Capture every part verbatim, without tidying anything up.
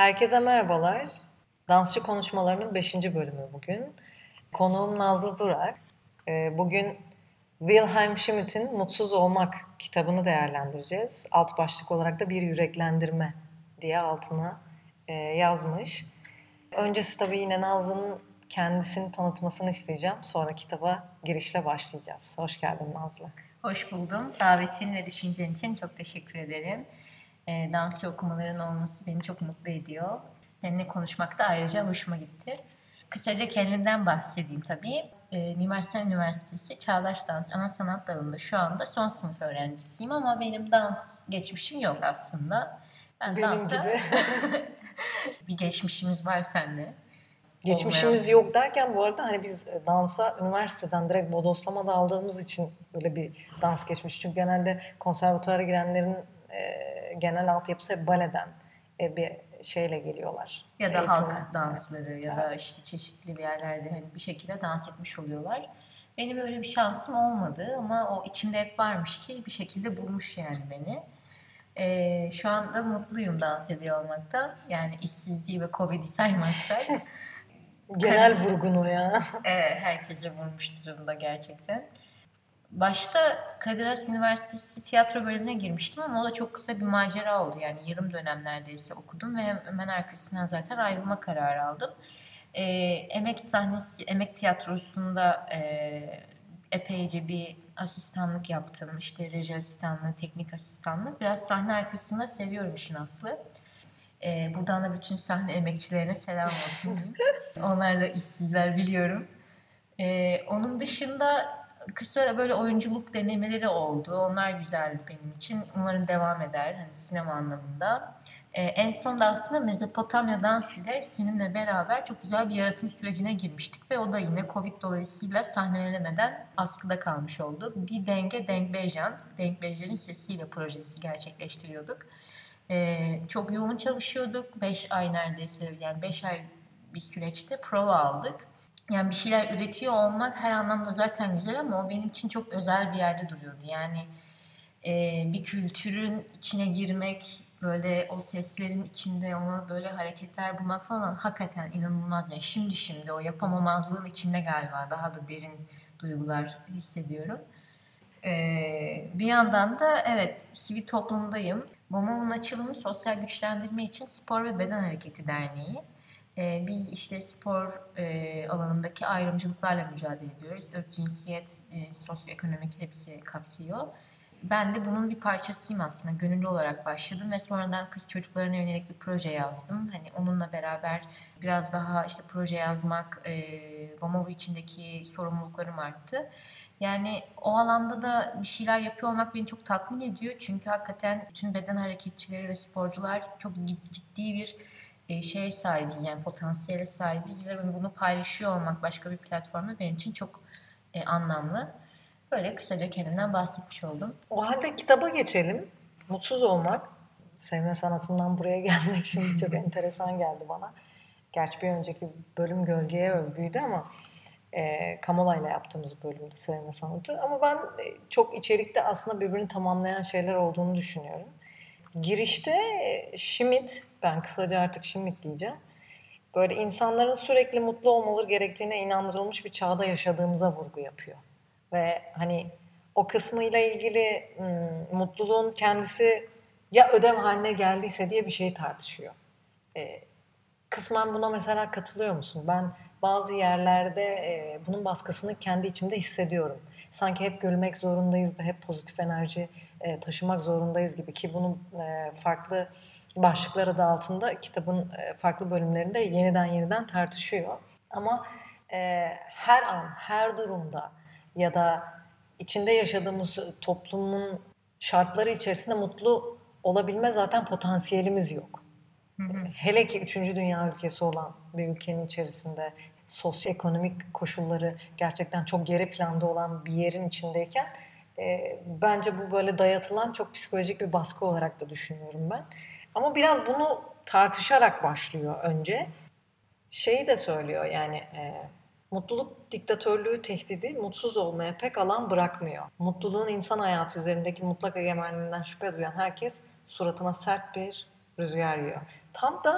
Herkese merhabalar. Dansçı Konuşmalarının beşinci bölümü bugün. Konuğum Nazlı Durak. Ee, Bugün Wilhelm Schmidt'in Mutsuz Olmak kitabını değerlendireceğiz. Alt başlık olarak da bir yüreklendirme diye altına e, yazmış. Öncesi tabii yine Nazlı'nın kendisini tanıtmasını isteyeceğim. Sonra kitaba girişle başlayacağız. Hoş geldin Nazlı. Hoş buldum. Davetin ve düşüncen için çok teşekkür ederim. E, dansçı okumaların olması beni çok mutlu ediyor. Seninle konuşmak da ayrıca hoşuma gitti. Kısaca kendimden bahsedeyim tabii. E, Mimar Sinan Üniversitesi Çağdaş Dans Ana Sanat Dalı'nda şu anda son sınıf öğrencisiyim ama benim dans geçmişim yok aslında. Ben Benim dansa gibi. bir geçmişimiz var seninle. Geçmişimiz Olmayan. yok derken bu arada hani biz dansa üniversiteden direkt bodoslama da aldığımız için böyle bir dans geçmiş. Çünkü genelde konservatuvara girenlerin e, genel altyapısı hep baleden e, bir şeyle geliyorlar. Ya da Eğitime. halk dansları ya da Evet. işte çeşitli bir yerlerde hani bir şekilde dans etmiş oluyorlar. Benim öyle bir şansım olmadı ama o içimde hep varmış ki bir şekilde bulmuş yani beni. Ee, şu anda mutluyum dans ediyor olmaktan. Yani işsizliği ve Covid'i saymazsak. Genel vurgun o ya. Evet, herkese vurmuş durumda gerçekten. Başta Kadir Has Üniversitesi tiyatro bölümüne girmiştim ama o da çok kısa bir macera oldu. Yani yarım dönem neredeyse okudum ve hemen arkasından zaten ayrılma kararı aldım. Ee, emek sahnesi, emek tiyatrosunda e, epeyce bir asistanlık yaptım. İşte reji asistanlığı, teknik asistanlık. Biraz sahne arkasında seviyorum işin aslı. Ee, buradan da bütün sahne emekçilerine selam olsun diyeyim. Onlar da işsizler biliyorum. Ee, onun dışında kısa böyle oyunculuk denemeleri oldu. Onlar güzeldi benim için. Umarım devam eder hani sinema anlamında. Ee, en son da aslında Mezopotamya Dans ile seninle beraber çok güzel bir yaratım sürecine girmiştik ve o da yine Covid dolayısıyla sahnelenemeden askıda kalmış oldu. Bir denge Dengbejjan, Dengbejjan'ın sesiyle projesi gerçekleştiriyorduk. Ee, çok yoğun çalışıyorduk. beş ay neredeyse yani beş ay bir süreçte prova aldık. Yani bir şeyler üretiyor olmak her anlamda zaten güzel ama o benim için çok özel bir yerde duruyordu. Yani e, bir kültürün içine girmek, böyle o seslerin içinde ona böyle hareketler bulmak falan hakikaten inanılmaz. Yani şimdi şimdi o yapamamazlığın içinde galiba daha da derin duygular hissediyorum. Ee, bir yandan da evet sivil toplumdayım. BOMOV'un açılımı Sosyal Güçlendirme için Spor ve Beden Hareketi Derneği. Ee, biz işte spor e, alanındaki ayrımcılıklarla mücadele ediyoruz. Irk, cinsiyet, e, sosyoekonomik hepsi kapsıyor. Ben de bunun bir parçasıyım aslında. Gönüllü olarak başladım ve sonradan kız çocuklarına yönelik bir proje yazdım. Hani onunla beraber biraz daha işte proje yazmak, e, BOMOV içindeki sorumluluklarım arttı. Yani o alanda da bir şeyler yapıyor olmak beni çok tatmin ediyor. Çünkü hakikaten bütün beden hareketçileri ve sporcular çok ciddi bir e, şeye sahibiz yani potansiyele sahibiz ve bunu paylaşıyor olmak başka bir platformda benim için çok e, anlamlı. Böyle kısaca kendimden bahsetmiş oldum. O halde kitaba geçelim. Mutsuz olmak. Sevme sanatından buraya gelmek şimdi çok enteresan geldi bana. Gerçi bir önceki bölüm Gölgeye Övgü'ydü ama e, Kamola'yla yaptığımız bölümdü sevme sanatı. Ama ben e, çok içerikte aslında birbirini tamamlayan şeyler olduğunu düşünüyorum. Girişte e, Schmidt, ben kısaca artık Schmidt diyeceğim. Böyle insanların sürekli mutlu olmaları gerektiğine inandırılmış bir çağda yaşadığımıza vurgu yapıyor. Ve hani o kısmıyla ilgili hmm, mutluluğun kendisi ya ödev haline geldiyse diye bir şey tartışıyor. E, Kısmen buna mesela katılıyor musun? Ben bazı yerlerde e, bunun baskısını kendi içimde hissediyorum. Sanki hep gülmek zorundayız ve hep pozitif enerji e, taşımak zorundayız gibi ki bunun e, farklı başlıklar adı altında kitabın e, farklı bölümlerinde yeniden yeniden tartışıyor. Ama e, her an, her durumda ya da içinde yaşadığımız toplumun şartları içerisinde mutlu olabilme zaten potansiyelimiz yok. Hı hı. Hele ki üçüncü dünya ülkesi olan bir ülkenin içerisinde sosyoekonomik koşulları gerçekten çok geri planda olan bir yerin içindeyken e, bence bu böyle dayatılan çok psikolojik bir baskı olarak da düşünüyorum ben. Ama biraz bunu tartışarak başlıyor önce. Şeyi de söylüyor yani e, mutluluk diktatörlüğü tehdidi mutsuz olmaya pek alan bırakmıyor. Mutluluğun insan hayatı üzerindeki mutlak egemenliğinden şüphe duyan herkes suratına sert bir rüzgar yiyor. Tam da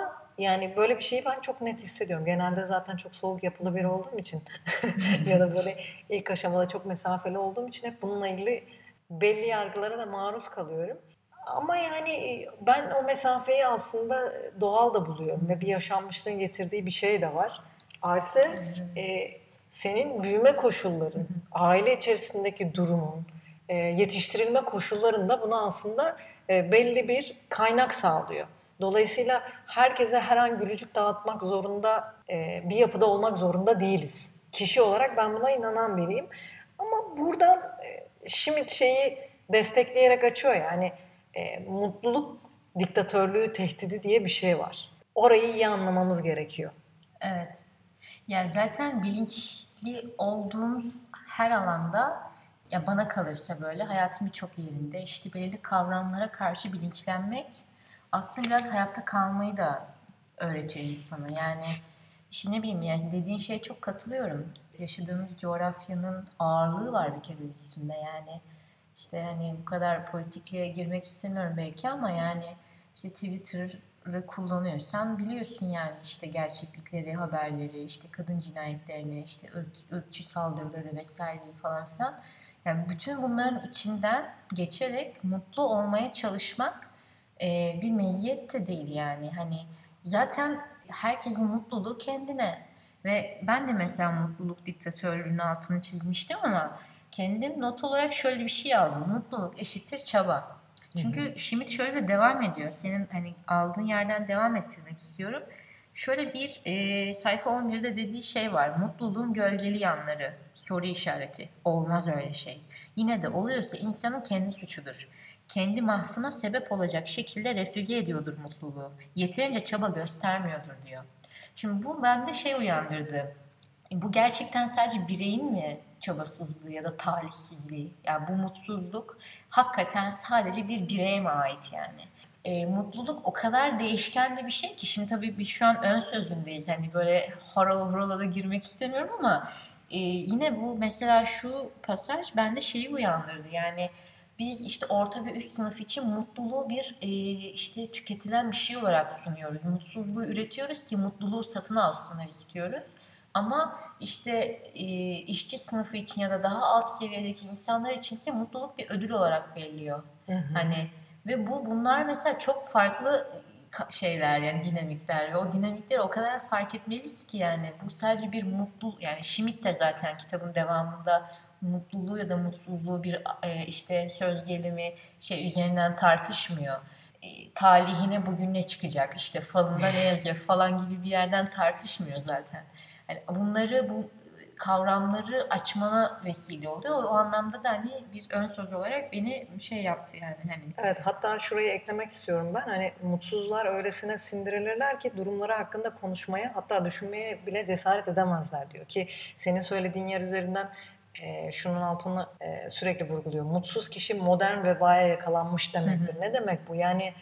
yani böyle bir şeyi ben çok net hissediyorum. Genelde zaten çok soğuk yapılı biri olduğum için ya da böyle ilk aşamada çok mesafeli olduğum için hep bununla ilgili belli yargılara da maruz kalıyorum. Ama yani ben o mesafeyi aslında doğal da buluyorum ve bir yaşanmışlığın getirdiği bir şey de var. Artı e, senin büyüme koşulların, aile içerisindeki durumun, e, yetiştirilme koşullarında buna aslında e, belli bir kaynak sağlıyor. Dolayısıyla herkese her an gülücük dağıtmak zorunda, e, bir yapıda olmak zorunda değiliz. Kişi olarak ben buna inanan biriyim. Ama buradan e, Schmidt şeyi destekleyerek açıyor yani e, mutluluk diktatörlüğü tehdidi diye bir şey var. Orayı iyi anlamamız gerekiyor. Evet. Yani zaten bilinçli olduğumuz her alanda, ya bana kalırsa böyle hayatın birçok yerinde işte belirli kavramlara karşı bilinçlenmek aslında biraz hayatta kalmayı da öğretiyor insana. Yani işte ne bileyim, yani dediğin şeye çok katılıyorum. Yaşadığımız coğrafyanın ağırlığı var bir kere üstünde yani. İşte hani bu kadar politikliğe girmek istemiyorum belki ama yani işte Twitter'ı kullanıyorsan biliyorsun yani işte gerçeklikleri, haberleri, işte kadın cinayetlerini, işte ırk, ırkçı saldırıları vesaireyi falan filan. Yani bütün bunların içinden geçerek mutlu olmaya çalışmak e, bir meziyet de değil yani. Hani zaten herkesin mutluluğu kendine. Ve ben de mesela mutluluk diktatörlüğünün altını çizmiştim ama kendim not olarak şöyle bir şey aldım. Mutluluk eşittir çaba. Çünkü Schmidt şöyle de devam ediyor. Senin hani aldığın yerden devam ettirmek istiyorum. Şöyle bir e, sayfa on birde dediği şey var. Mutluluğun gölgeli yanları. Soru işareti. Olmaz öyle şey. Yine de oluyorsa insanın kendi suçudur. Kendi mahvına sebep olacak şekilde refüze ediyordur mutluluğu. Yeterince çaba göstermiyordur diyor. Şimdi bu bende şey uyandırdı. E, Bu gerçekten sadece bireyin mi çabasızlığı ya da talihsizliği? Yani bu mutsuzluk hakikaten sadece bir bireye mi ait yani? E, mutluluk o kadar değişken de bir şey ki, şimdi tabii biz şu an ön sözündeyiz. Hani böyle horola horola da girmek istemiyorum ama e, yine bu mesela şu pasaj bende şeyi uyandırdı. Yani biz işte orta ve üst sınıf için mutluluğu bir e, işte tüketilen bir şey olarak sunuyoruz. Mutsuzluğu üretiyoruz ki mutluluğu satın alsınlar istiyoruz. Ama işte e, işçi sınıfı için ya da daha alt seviyedeki insanlar içinse mutluluk bir ödül olarak veriliyor. Hı hı. Hani ve bu bunlar mesela çok farklı ka- şeyler yani dinamikler ve o dinamikleri o kadar fark etmeliyiz ki yani bu sadece bir mutlu, yani Schmidt de zaten kitabın devamında mutluluğu ya da mutsuzluğu bir e, işte söz gelimi şey üzerinden tartışmıyor. E, talihine bugün ne çıkacak, işte falında ne yazıyor falan gibi bir yerden tartışmıyor zaten. Yani bunları, bu kavramları açmana vesile oluyor. O, o anlamda da hani bir ön söz olarak beni şey yaptı yani hani. Evet, hatta şurayı eklemek istiyorum ben. Hani mutsuzlar öylesine sindirilirler ki durumları hakkında konuşmaya, hatta düşünmeye bile cesaret edemezler diyor ki senin söylediğin yer üzerinden e, şunun altını e, sürekli vurguluyor. Mutsuz kişi modern vebaya yakalanmış demektir. Ne demek bu? Yani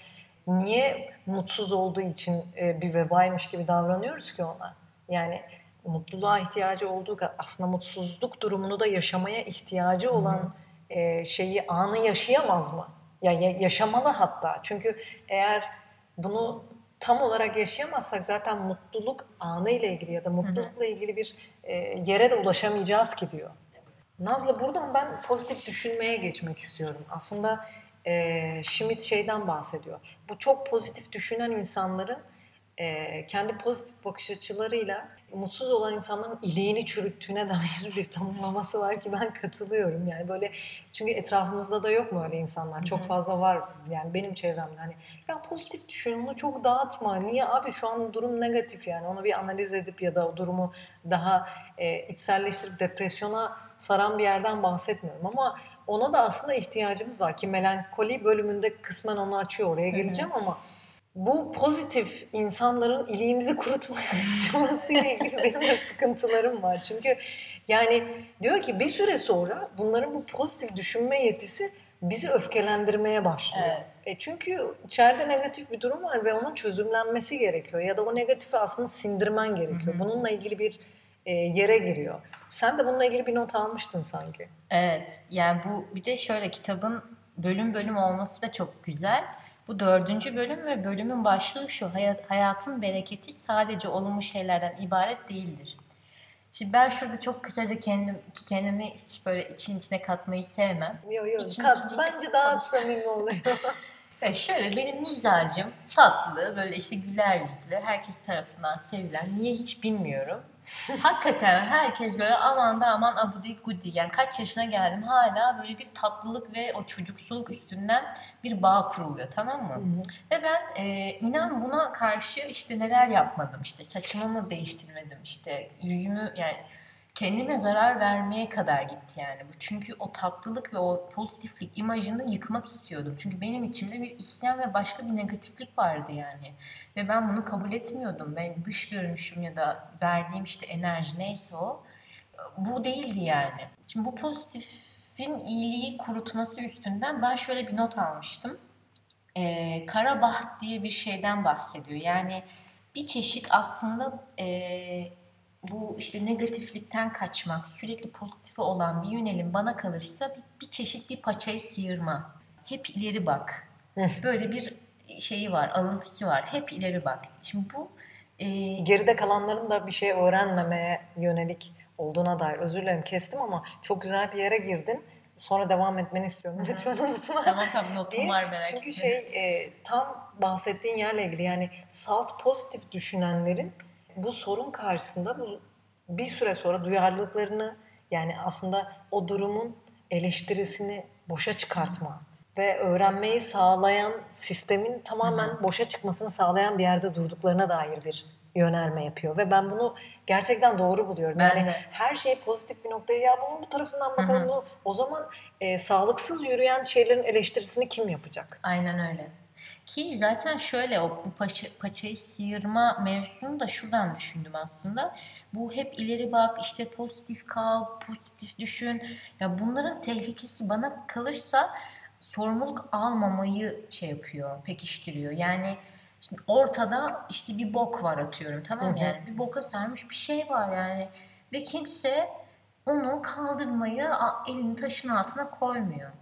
niye mutsuz olduğu için e, bir vebaymış gibi davranıyoruz ki ona? Yani mutluluğa ihtiyacı olduğu kadar aslında mutsuzluk durumunu da yaşamaya ihtiyacı olan e, şeyi, anı yaşayamaz mı? Ya, ya yaşamalı hatta. Çünkü eğer bunu tam olarak yaşayamazsak zaten mutluluk anı ile ilgili ya da mutlulukla ilgili bir e, yere de ulaşamayacağız ki diyor. Nazlı, buradan ben pozitif düşünmeye geçmek istiyorum. Aslında e, Schmidt şeyden bahsediyor. Bu çok pozitif düşünen insanların e, kendi pozitif bakış açılarıyla mutsuz olan insanların iliğini çürüttüğüne dair bir tanımlaması var ki ben katılıyorum. Yani böyle, çünkü etrafımızda da yok mu öyle insanlar? Çok fazla var yani benim çevremde. Hani ya pozitif düşün, onu çok dağıtma. Niye abi, şu an durum negatif yani. Onu bir analiz edip ya da o durumu daha e, içselleştirip depresyona saran bir yerden bahsetmiyorum ama ona da aslında ihtiyacımız var ki melankoli bölümünde kısmen onu açıyor, oraya geleceğim ama bu pozitif insanların iliğimizi kurutmaya çalışmasıyla ilgili benim de sıkıntılarım var. Çünkü yani diyor ki bir süre sonra bunların bu pozitif düşünme yetisi bizi öfkelendirmeye başlıyor. Evet. E çünkü içeride negatif bir durum var ve onun çözümlenmesi gerekiyor. Ya da o negatifi aslında sindirmen gerekiyor. Bununla ilgili bir e, yere giriyor. Sen de bununla ilgili bir not almıştın sanki. Evet, yani bu bir de şöyle kitabın bölüm bölüm olması da çok güzel. Bu dördüncü bölüm ve bölümün başlığı şu: hayat, hayatın bereketi sadece olumlu şeylerden ibaret değildir. Şimdi ben şurada çok kısaca kendim, kendimi hiç böyle için içine katmayı sevmem. Yok yok İçin kat, içine bence daha konuş- samimi oluyor. Evet, şöyle benim mizacım tatlı, böyle işte güler yüzlü, herkes tarafından sevilen. Niye hiç bilmiyorum. Hakikaten herkes böyle aman da aman abudi gudi. Yani kaç yaşına geldim hala böyle bir tatlılık ve o çocuksuluk üstünden bir bağ kuruluyor, tamam mı? Hı hı. Ve ben e, inan buna karşı işte neler yapmadım, işte saçımı mı değiştirmedim, işte yüzümü, yani kendime zarar vermeye kadar gitti yani bu. Çünkü o tatlılık ve o pozitiflik imajını yıkmak istiyordum. Çünkü benim içimde bir isyan ve başka bir negatiflik vardı yani. Ve ben bunu kabul etmiyordum. Benim dış görünüşüm ya da verdiğim işte enerji neyse o, bu değildi yani. Şimdi bu pozitifin iyiliği kurutması üstünden ben şöyle bir not almıştım. Ee, kara baht diye bir şeyden bahsediyor. Yani bir çeşit aslında e, bu işte negatiflikten kaçmak, sürekli pozitifi olan bir yönelim bana kalırsa bir, bir çeşit bir paçayı sıyırma. Hep ileri bak. Böyle bir şeyi var, alıntısı var. Hep ileri bak. Şimdi bu e, Geride kalanların da bir şey öğrenmemeye yönelik olduğuna dair. Özür dilerim kestim ama çok güzel bir yere girdin. Sonra devam etmeni istiyorum. Hı-hı. Lütfen unutma. Tamam tamam notum var, merak Çünkü etme. şey e, tam bahsettiğin yerle ilgili, yani salt pozitif düşünenlerin bu sorun karşısında bu bir süre sonra duyarlılıklarını, yani aslında o durumun eleştirisini boşa çıkartma ve öğrenmeyi sağlayan sistemin tamamen Hı hı. boşa çıkmasını sağlayan bir yerde durduklarına dair bir yönelme yapıyor. Ve ben bunu gerçekten doğru buluyorum. Ben yani de. her şey pozitif bir noktaya, ya bunun bu tarafından bakalım. Hı hı. Bunu, o zaman e, sağlıksız yürüyen şeylerin eleştirisini kim yapacak? Aynen öyle. Ki zaten şöyle, o bu paça, paçayı sıyırma mevzusunu da şuradan düşündüm aslında. Bu hep ileri bak, işte pozitif kal, pozitif düşün. Ya bunların tehlikesi bana kalırsa sorumluluk almamayı şey yapıyor, pekiştiriyor. Yani şimdi ortada işte bir bok var atıyorum, tamam mı? Hı hı. Yani bir boka sarmış bir şey var yani. Ve kimse onu kaldırmayı a- elini taşın altına koymuyor.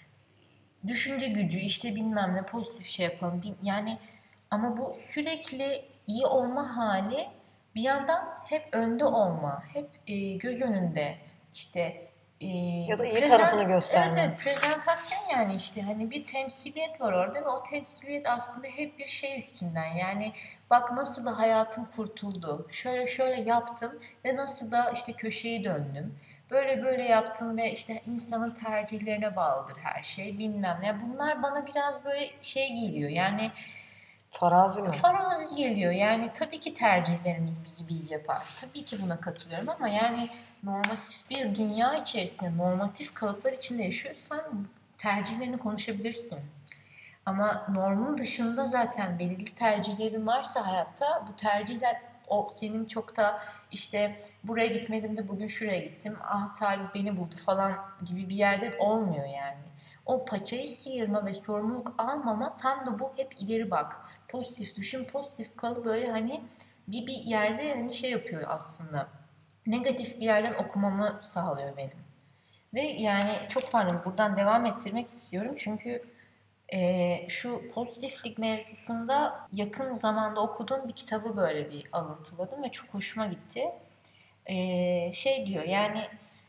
Düşünce gücü işte bilmem ne, pozitif şey yapalım. Bil- Yani ama bu sürekli iyi olma hali bir yandan hep önde olma, hep e, göz önünde işte e, Ya da iyi prezent, tarafını evet gösterme. evet prezentasyon, yani işte hani bir temsiliyet var orada ve o temsiliyet aslında hep bir şey üstünden, yani bak nasıl da hayatım kurtuldu, şöyle şöyle yaptım ve nasıl da işte köşeyi döndüm. Böyle böyle yaptım ve işte insanın tercihlerine bağlıdır her şey bilmem ne. Bunlar bana biraz böyle şey geliyor yani, Farazi mi? farazi geliyor. Yani tabii ki tercihlerimiz bizi biz yapar. Tabii ki buna katılıyorum ama yani normatif bir dünya içerisinde, normatif kalıplar içinde yaşıyorsan tercihlerini konuşabilirsin. Ama normun dışında zaten belirli tercihlerin varsa hayatta, bu tercihler o senin çok da işte buraya gitmedim de bugün şuraya gittim, ah talih beni buldu falan gibi bir yerde olmuyor yani. O paçayı sıyırma ve sorumluluk almama tam da bu, hep ileri bak. Pozitif düşün, pozitif kal, böyle hani bir bir yerde hani şey yapıyor aslında. Negatif bir yerden okumamı sağlıyor benim. Ve yani çok pardon, buradan devam ettirmek istiyorum çünkü ee, şu pozitiflik mevzusunda yakın zamanda okuduğum bir kitabı böyle bir alıntıladım ve çok hoşuma gitti. Ee, şey diyor yani,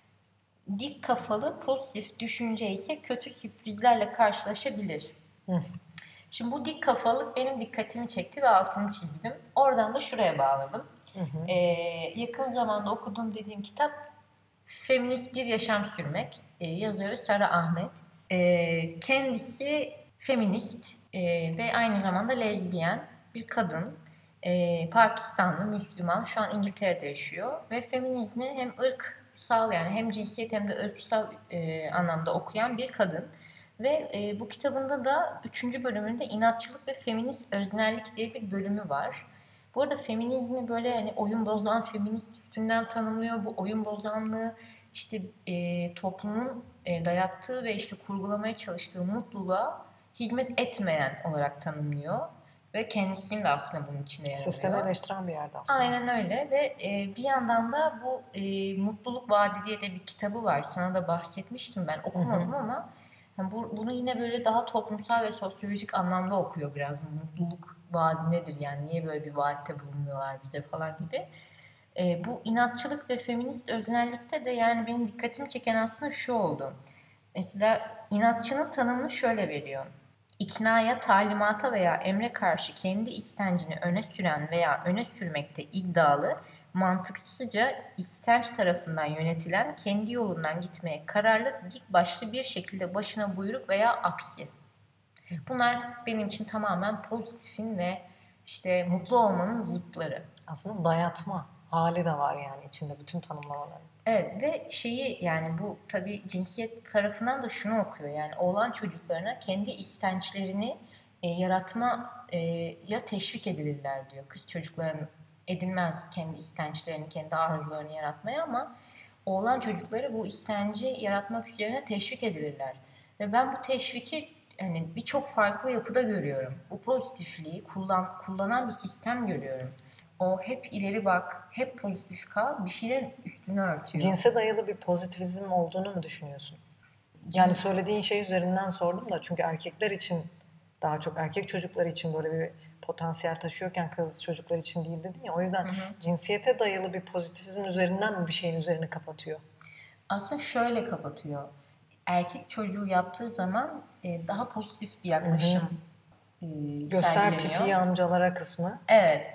dik kafalı pozitif düşünce ise kötü sürprizlerle karşılaşabilir. Hı. Şimdi bu dik kafalık benim dikkatimi çekti ve altını çizdim. Oradan da şuraya bağladım. Hı hı. Ee, yakın zamanda okuduğum dediğim kitap Feminist Bir Yaşam Sürmek. Ee, yazarı Sara Ahmet. Ee, kendisi feminist e, ve aynı zamanda lezbiyen bir kadın. Ee, Pakistanlı, Müslüman, şu an İngiltere'de yaşıyor ve feminizmi hem ırksal, yani hem cinsiyet hem de ırksal e, anlamda okuyan bir kadın. Ve e, bu kitabında da üçüncü bölümünde inatçılık ve feminist öznellik diye bir bölümü var. Bu arada feminizmi böyle hani oyun bozan feminist üstünden tanımlıyor. Bu oyun bozanlığı işte e, toplumun e, dayattığı ve işte kurgulamaya çalıştığı mutluluğa hizmet etmeyen olarak tanımlıyor. Ve kendisinin de aslında bunun içine yer Sistemi alıyor. eleştiren bir yerde aslında. Aynen öyle ve e, bir yandan da bu e, Mutluluk Vaadi diye de bir kitabı var. Sana da bahsetmiştim, ben okumadım Hı hı. ama Yani bu, bunu yine böyle daha toplumsal ve sosyolojik anlamda okuyor biraz. Mutluluk vaadi nedir yani niye böyle bir vaatte bulunuyorlar bize falan gibi. E, bu inatçılık ve feminist öznellikte de yani benim dikkatimi çeken aslında şu oldu. Mesela inatçının tanımını şöyle veriyor. İknaya, talimata veya emre karşı kendi istencini öne süren veya öne sürmekte iddialı, mantıksızca istenç tarafından yönetilen, kendi yolundan gitmeye kararlı, dik başlı bir şekilde başına buyruk veya aksi. Bunlar benim için tamamen pozitifin ve işte mutlu olmanın zıtları. Aslında dayatma hali de var yani içinde bütün tanımlamaların. Evet ve şeyi yani bu tabii cinsiyet tarafından da şunu okuyor yani oğlan çocuklarına kendi istençlerini e, yaratma e, ya teşvik edilirler diyor. Kız çocukların edinmez kendi istençlerini, kendi arzularını yaratmaya ama oğlan çocukları bu istenci yaratmak üzerine teşvik edilirler. Ve ben bu teşviki hani birçok farklı yapıda görüyorum. Bu pozitifliği kullan, kullanan bir sistem görüyorum. O hep ileri bak, hep pozitif kal, bir şeylerin üstünü örtüyor. Cinse dayalı bir pozitivizm olduğunu mu düşünüyorsun? Yani söylediğin şey üzerinden sordum da çünkü erkekler için daha çok erkek çocukları için böyle bir potansiyel taşıyorken kız çocuklar için değil dedin ya o yüzden hı hı. Cinsiyete dayalı bir pozitivizm üzerinden mi bir şeyin üzerini kapatıyor? Aslında şöyle kapatıyor. Erkek çocuğu yaptığı zaman e, daha pozitif bir yaklaşım hı hı. E, göster pipiyi amcalara kısmı. Evet.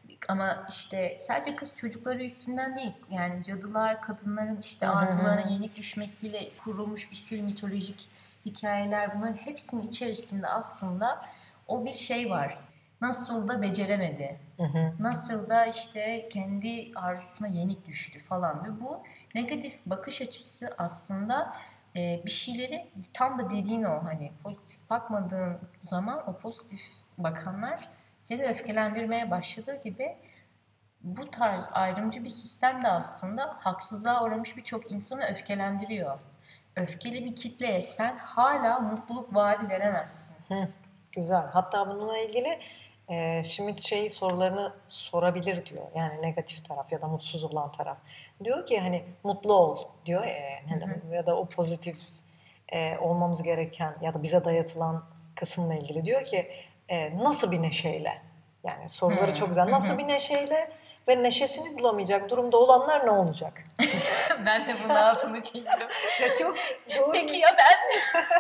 Ama işte sadece kız çocukları üstünden değil. Yani cadılar, kadınların işte arzularına yenik düşmesiyle kurulmuş bir sürü mitolojik hikayeler bunların hepsinin içerisinde aslında o bir şey var. Nasıl da beceremedi. Hı hı. Nasıl da işte kendi arzusuna yenik düştü falan. Ve bu negatif bakış açısı aslında e, bir şeyleri tam da dediğin o hani pozitif bakmadığın zaman o pozitif bakanlar seni öfkelendirmeye başladığı gibi bu tarz ayrımcı bir sistem de aslında haksızlığa uğramış birçok insanı öfkelendiriyor. Öfkeli bir kitleye sen hala mutluluk vaadi veremezsin. Hı, güzel. Hatta bununla ilgili e, Schmidt şey sorularını sorabilir diyor. Yani negatif taraf ya da mutsuz olan taraf. Diyor ki hani mutlu ol diyor e, ne demek ya da o pozitif e, olmamız gereken ya da bize dayatılan kısımla ilgili diyor ki e, nasıl bir neşeyle? Yani soruları hmm. çok güzel. Nasıl bir neşeyle ve neşesini bulamayacak durumda olanlar ne olacak? Ben de bunun altını çizdim. Ya çok doğru. Peki ya ben?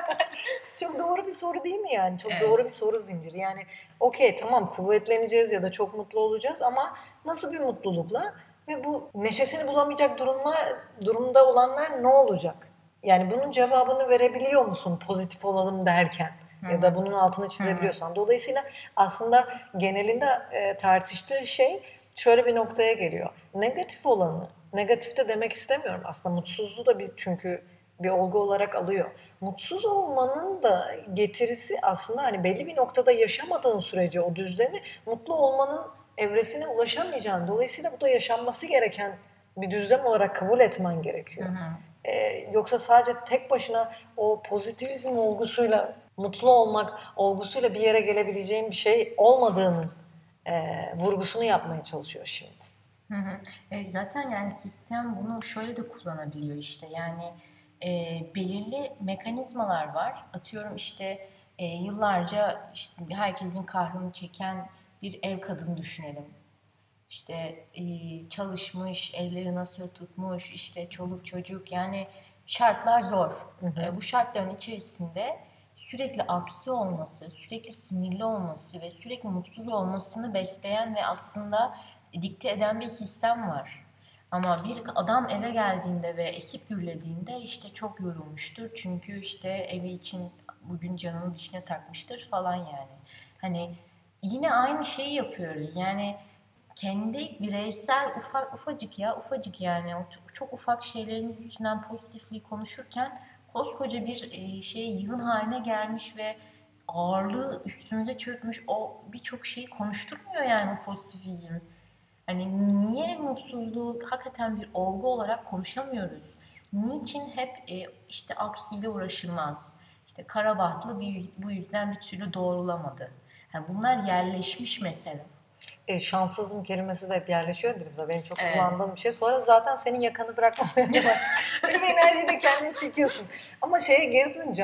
Çok doğru bir soru değil mi yani? Çok evet. Doğru bir soru zinciri. Yani okey tamam kuvvetleneceğiz ya da çok mutlu olacağız ama nasıl bir mutlulukla ve bu neşesini bulamayacak durumlar, durumda olanlar ne olacak? Yani bunun cevabını verebiliyor musun pozitif olalım derken? Hı-hı. Ya da bunun altını çizebiliyorsan. Hı-hı. Dolayısıyla aslında genelinde e, tartıştığı şey şöyle bir noktaya geliyor. Negatif olanı, negatif de demek istemiyorum. Aslında mutsuzluğu da bir çünkü bir olgu olarak alıyor. Mutsuz olmanın da getirisi aslında hani belli bir noktada yaşamadığın sürece o düzlemi mutlu olmanın evresine ulaşamayacağın. Dolayısıyla bu da yaşanması gereken bir düzlem olarak kabul etmen gerekiyor. Hı hı. Ee, yoksa sadece tek başına o pozitivizm olgusuyla mutlu olmak olgusuyla bir yere gelebileceğin bir şey olmadığının e, vurgusunu yapmaya çalışıyor şimdi. Hı hı. E, zaten yani sistem bunu şöyle de kullanabiliyor işte yani e, belirli mekanizmalar var. Atıyorum işte e, yıllarca işte herkesin kahrını çeken bir ev kadını düşünelim. İşte e, çalışmış, elleri nasır tutmuş, işte çoluk çocuk yani şartlar zor. Hı hı. E, bu şartların içerisinde sürekli aksi olması, sürekli sinirli olması ve sürekli mutsuz olmasını besleyen ve aslında dikte eden bir sistem var. Ama bir adam eve geldiğinde ve esip gürlediğinde işte çok yorulmuştur. Çünkü işte evi için bugün canını dişine takmıştır falan yani. Hani yine aynı şeyi yapıyoruz. Yani kendi bireysel ufak ufacık ya ufacık yani o çok ufak şeylerin üstünden pozitifliği konuşurken koskoca bir şey yığın haline gelmiş ve ağırlığı üstümüze çökmüş o birçok şeyi konuşturmuyor yani bu pozitivizm. Hani niye mutsuzluğu hakikaten bir olgu olarak konuşamıyoruz? Niçin hep e, işte aksiyle uğraşılmaz? İşte Karabahtlı bir yüz, bu yüzden bir türlü doğrulamadı. Yani bunlar yerleşmiş mesele. E, şanssızım kelimesi de hep yerleşiyor dilimize. Benim çok evet. kullandığım bir şey. Sonra zaten senin yakanı bırakmamaya başlıyor. Böyle bir enerjiyi de kendin çekiyorsun. Ama şeye geri döneceğim.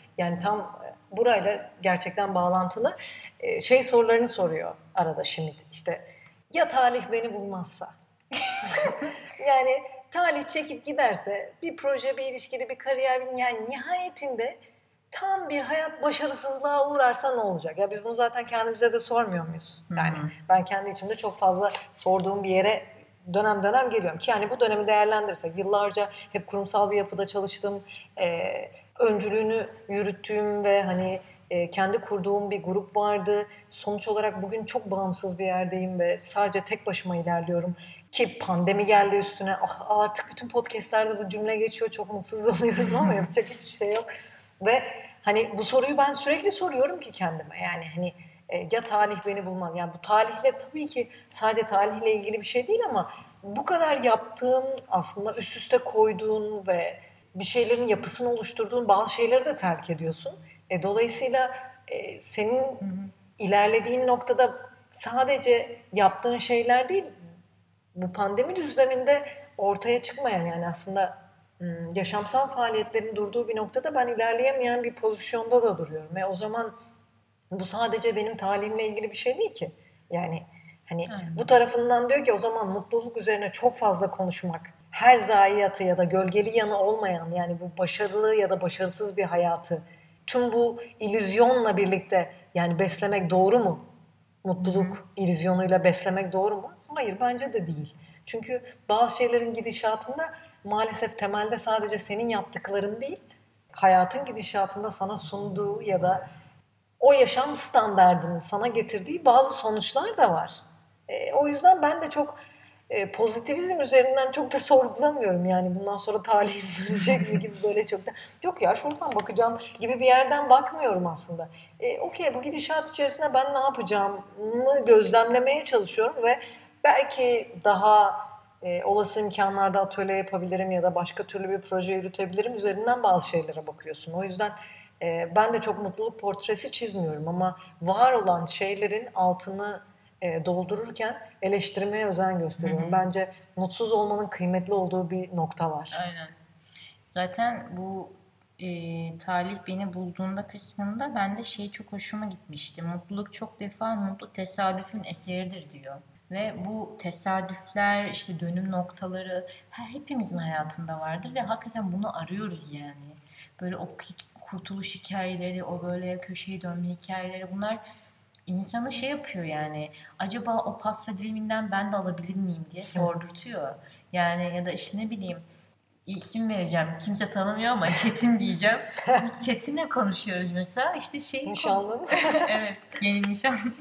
Yani tam burayla gerçekten bağlantılı şey sorularını soruyor arada Schmidt. İşte ya talih beni bulmazsa? Yani talih çekip giderse bir proje, bir ilişkili, bir kariyer, yani nihayetinde tam bir hayat başarısızlığa uğrarsa ne olacak? Ya biz bunu zaten kendimize de sormuyor muyuz? Yani Hı-hı. ben kendi içimde çok fazla sorduğum bir yere dönem dönem geliyorum. Ki yani bu dönemi değerlendirirsek yıllarca hep kurumsal bir yapıda çalıştım. Ee, öncülüğünü yürüttüğüm ve hani e, kendi kurduğum bir grup vardı. Sonuç olarak bugün çok bağımsız bir yerdeyim ve sadece tek başıma ilerliyorum. Ki pandemi geldi üstüne. Ah, artık bütün podcastlerde bu cümle geçiyor. Çok mutsuz oluyorum ama yapacak hiçbir şey yok. Ve hani bu soruyu ben sürekli soruyorum ki kendime. Yani hani e, ya talih beni bulmaz. Yani bu talihle tabii ki sadece talihle ilgili bir şey değil ama bu kadar yaptığın, aslında üst üste koyduğun ve bir şeylerin yapısını oluşturduğun bazı şeyleri de terk ediyorsun. E, dolayısıyla e, senin hı hı. ilerlediğin noktada sadece yaptığın şeyler değil, bu pandemi düzleminde ortaya çıkmayan, yani aslında yaşamsal faaliyetlerin durduğu bir noktada ben ilerleyemeyen bir pozisyonda da duruyorum. Ve o zaman bu sadece benim talimle ilgili bir şey değil ki. Yani hani Aynen. bu tarafından diyor ki o zaman mutluluk üzerine çok fazla konuşmak, her zayiatı ya da gölgeli yanı olmayan, yani bu başarılı ya da başarısız bir hayatı tüm bu illüzyonla birlikte yani beslemek doğru mu? Mutluluk Hı-hı. illüzyonuyla beslemek doğru mu? Hayır, bence de değil. Çünkü bazı şeylerin gidişatında maalesef temelde sadece senin yaptıkların değil, hayatın gidişatında sana sunduğu ya da o yaşam standardının sana getirdiği bazı sonuçlar da var. E, o yüzden ben de çok e, pozitivizm üzerinden çok da sorgulamıyorum. Yani bundan sonra talihim dönecek mi gibi böyle çok da. Yok ya şuradan bakacağım gibi bir yerden bakmıyorum aslında. E, Okey, bu gidişat içerisinde ben ne yapacağımı gözlemlemeye çalışıyorum ve belki daha e, olası imkanlarda atölye yapabilirim ya da başka türlü bir proje yürütebilirim üzerinden bazı şeylere bakıyorsun. O yüzden e, ben de çok mutluluk portresi çizmiyorum ama var olan şeylerin altını e, doldururken eleştirmeye özen gösteriyorum. Hı hı. Bence mutsuz olmanın kıymetli olduğu bir nokta var. Aynen. Zaten bu e, talih beni bulduğunda kısmında ben de şey çok hoşuma gitmişti. Mutluluk çok defa mutlu tesadüfün eseridir diyor. Ve bu tesadüfler, işte dönüm noktaları her hepimizin hayatında vardır ve hakikaten bunu arıyoruz yani. Böyle o kurtuluş hikayeleri, o böyle köşeyi dönme hikayeleri, bunlar insanı şey yapıyor yani. Acaba o pasta diliminden ben de alabilir miyim diye sordurtuyor. Yani ya da işte ne bileyim, isim vereceğim. Kimse tanımıyor ama Çetin diyeceğim. Biz Çetin'le konuşuyoruz mesela. İşte şey Nişanlın. evet, yeni nişanlın.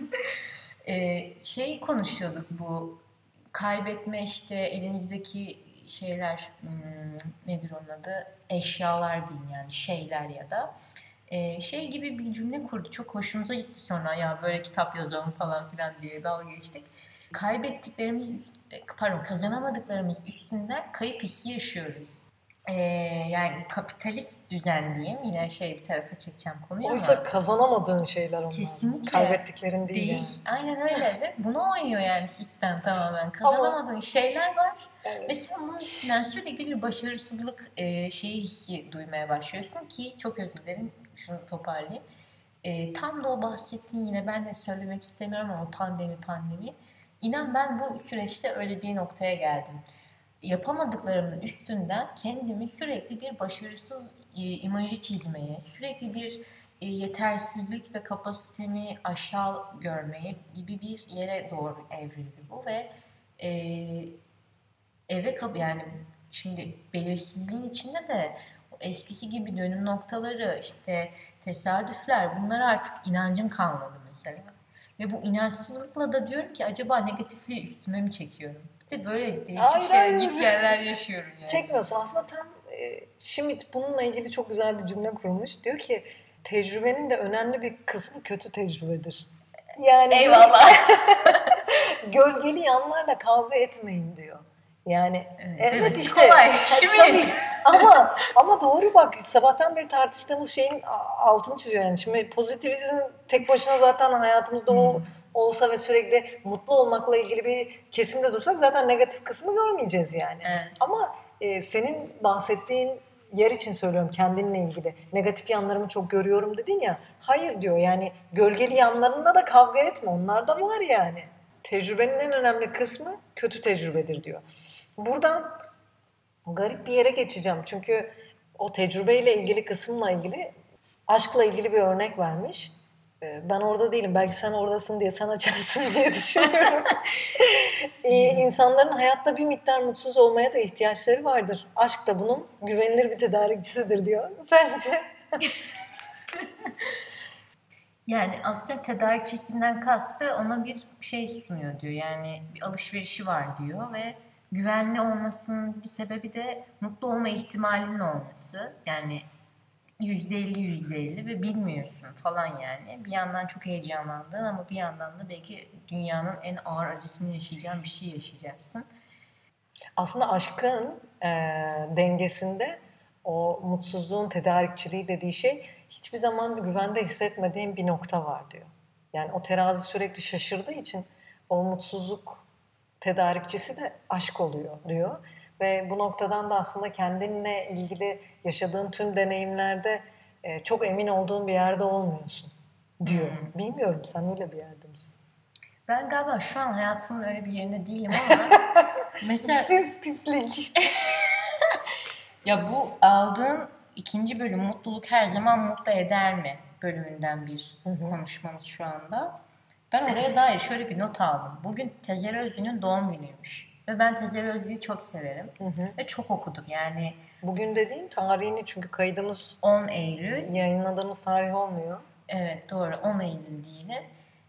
Ee, şey konuşuyorduk, bu kaybetme, işte elimizdeki şeyler, hmm, nedir onun adı? Eşyalar diyeyim, yani şeyler ya da ee, şey gibi bir cümle kurdu. Çok hoşumuza gitti sonra, ya böyle kitap yazalım falan filan diye dalga geçtik. Kaybettiklerimiz, pardon kazanamadıklarımız üstünden kayıp hissi yaşıyoruz. Ee, yani kapitalist düzen diyeyim. Yine şey bir tarafa çekeceğim konuyu ama. Oysa kazanamadığın şeyler onlar. Kesinlikle. Kaybettiklerin değil, değil. Yani. Aynen öyle. Bunu oynuyor yani sistem tamamen. Kazanamadığın ama, şeyler var. Evet. Ve sen bunun üstünden sürekli bir başarısızlık e, şeyi hissi duymaya başlıyorsun ki, çok özür dilerim, şunu toparlayayım. E, tam da o bahsettiğin, yine ben de söylemek istemiyorum ama pandemi pandemi. İnan ben bu süreçte öyle bir noktaya geldim. Yapamadıklarımın üstünden kendimi sürekli bir başarısız e, imajı çizmeye, sürekli bir e, yetersizlik ve kapasitemi aşağı görmeye gibi bir yere doğru evrildi bu ve e, eve kap yani şimdi belirsizliğin içinde de eskisi gibi dönüm noktaları, işte tesadüfler, bunlar artık inancım kalmadı mesela. Ve bu inançsızlıkla da diyorum ki acaba negatifliği üstüme mi çekiyorum? Bir de böyle değişik şeyler, gitgeller yaşıyorum yani. Çekmiyorsun. Aslında tam e, Schmidt bununla ilgili çok güzel bir cümle kurmuş. Diyor ki tecrübenin de önemli bir kısmı kötü tecrübedir. Yani eyvallah. Gölgeli yanlarla kavga etmeyin diyor. Yani evet, evet işte kolay. Tabii, ama ama doğru bak, sabahtan beri tartıştığımız şeyin altını çiziyor yani. Şimdi pozitivizm tek başına zaten hayatımızda hmm. o olsa ve sürekli mutlu olmakla ilgili bir kesimde dursak zaten negatif kısmı görmeyeceğiz yani. Evet. Ama e, senin bahsettiğin yer için söylüyorum kendinle ilgili. Negatif yanlarımı çok görüyorum dedin ya. Hayır diyor yani gölgeli yanlarında da kavga etme. Onlar da var yani. Tecrübenin en önemli kısmı kötü tecrübedir diyor. Buradan garip bir yere geçeceğim. Çünkü o tecrübeyle ilgili kısımla ilgili aşkla ilgili bir örnek vermiş. Ben orada değilim. Belki sen oradasın diye sen açarsın diye düşünüyorum. ee, insanların hayatta bir miktar mutsuz olmaya da ihtiyaçları vardır. Aşk da bunun güvenilir bir tedarikçisidir diyor. Sence? Yani aslında tedarikçisinden kastı ona bir şey sunuyor diyor. Yani bir alışverişi var diyor ve güvenli olmasının bir sebebi de mutlu olma ihtimalinin olması. Yani yüzde elli yüzde elli ve bilmiyorsun falan yani. Bir yandan çok heyecanlandın ama bir yandan da belki dünyanın en ağır acısını yaşayacağın bir şey yaşayacaksın. Aslında aşkın e, dengesinde o mutsuzluğun tedarikçiliği dediği şey hiçbir zaman güvende hissetmediğim bir nokta var diyor. Yani o terazi sürekli şaşırdığı için o mutsuzluk tedarikçisi de aşk oluyor diyor. Ve bu noktadan da aslında kendinle ilgili yaşadığın tüm deneyimlerde e, çok emin olduğun bir yerde olmuyorsun diyor. Hmm. Bilmiyorum sen öyle bir yerde misin? Ben galiba şu an hayatımın öyle bir yerinde değilim ama mesela... Siz pislik. Ya bu aldığın ikinci bölüm mutluluk her zaman mutlu eder mi bölümünden bir hı hı. konuşmamız şu anda. Ben oraya dair şöyle bir not aldım. Bugün Tezer Özlü'nün doğum günüymüş. Ve ben Tezer Özlü'yü çok severim. Hı hı. Ve çok okudum yani. Bugün dediğin tarihini çünkü kaydımız on Eylül. Yayınladığımız tarih olmuyor. Evet doğru on Eylül diyelim.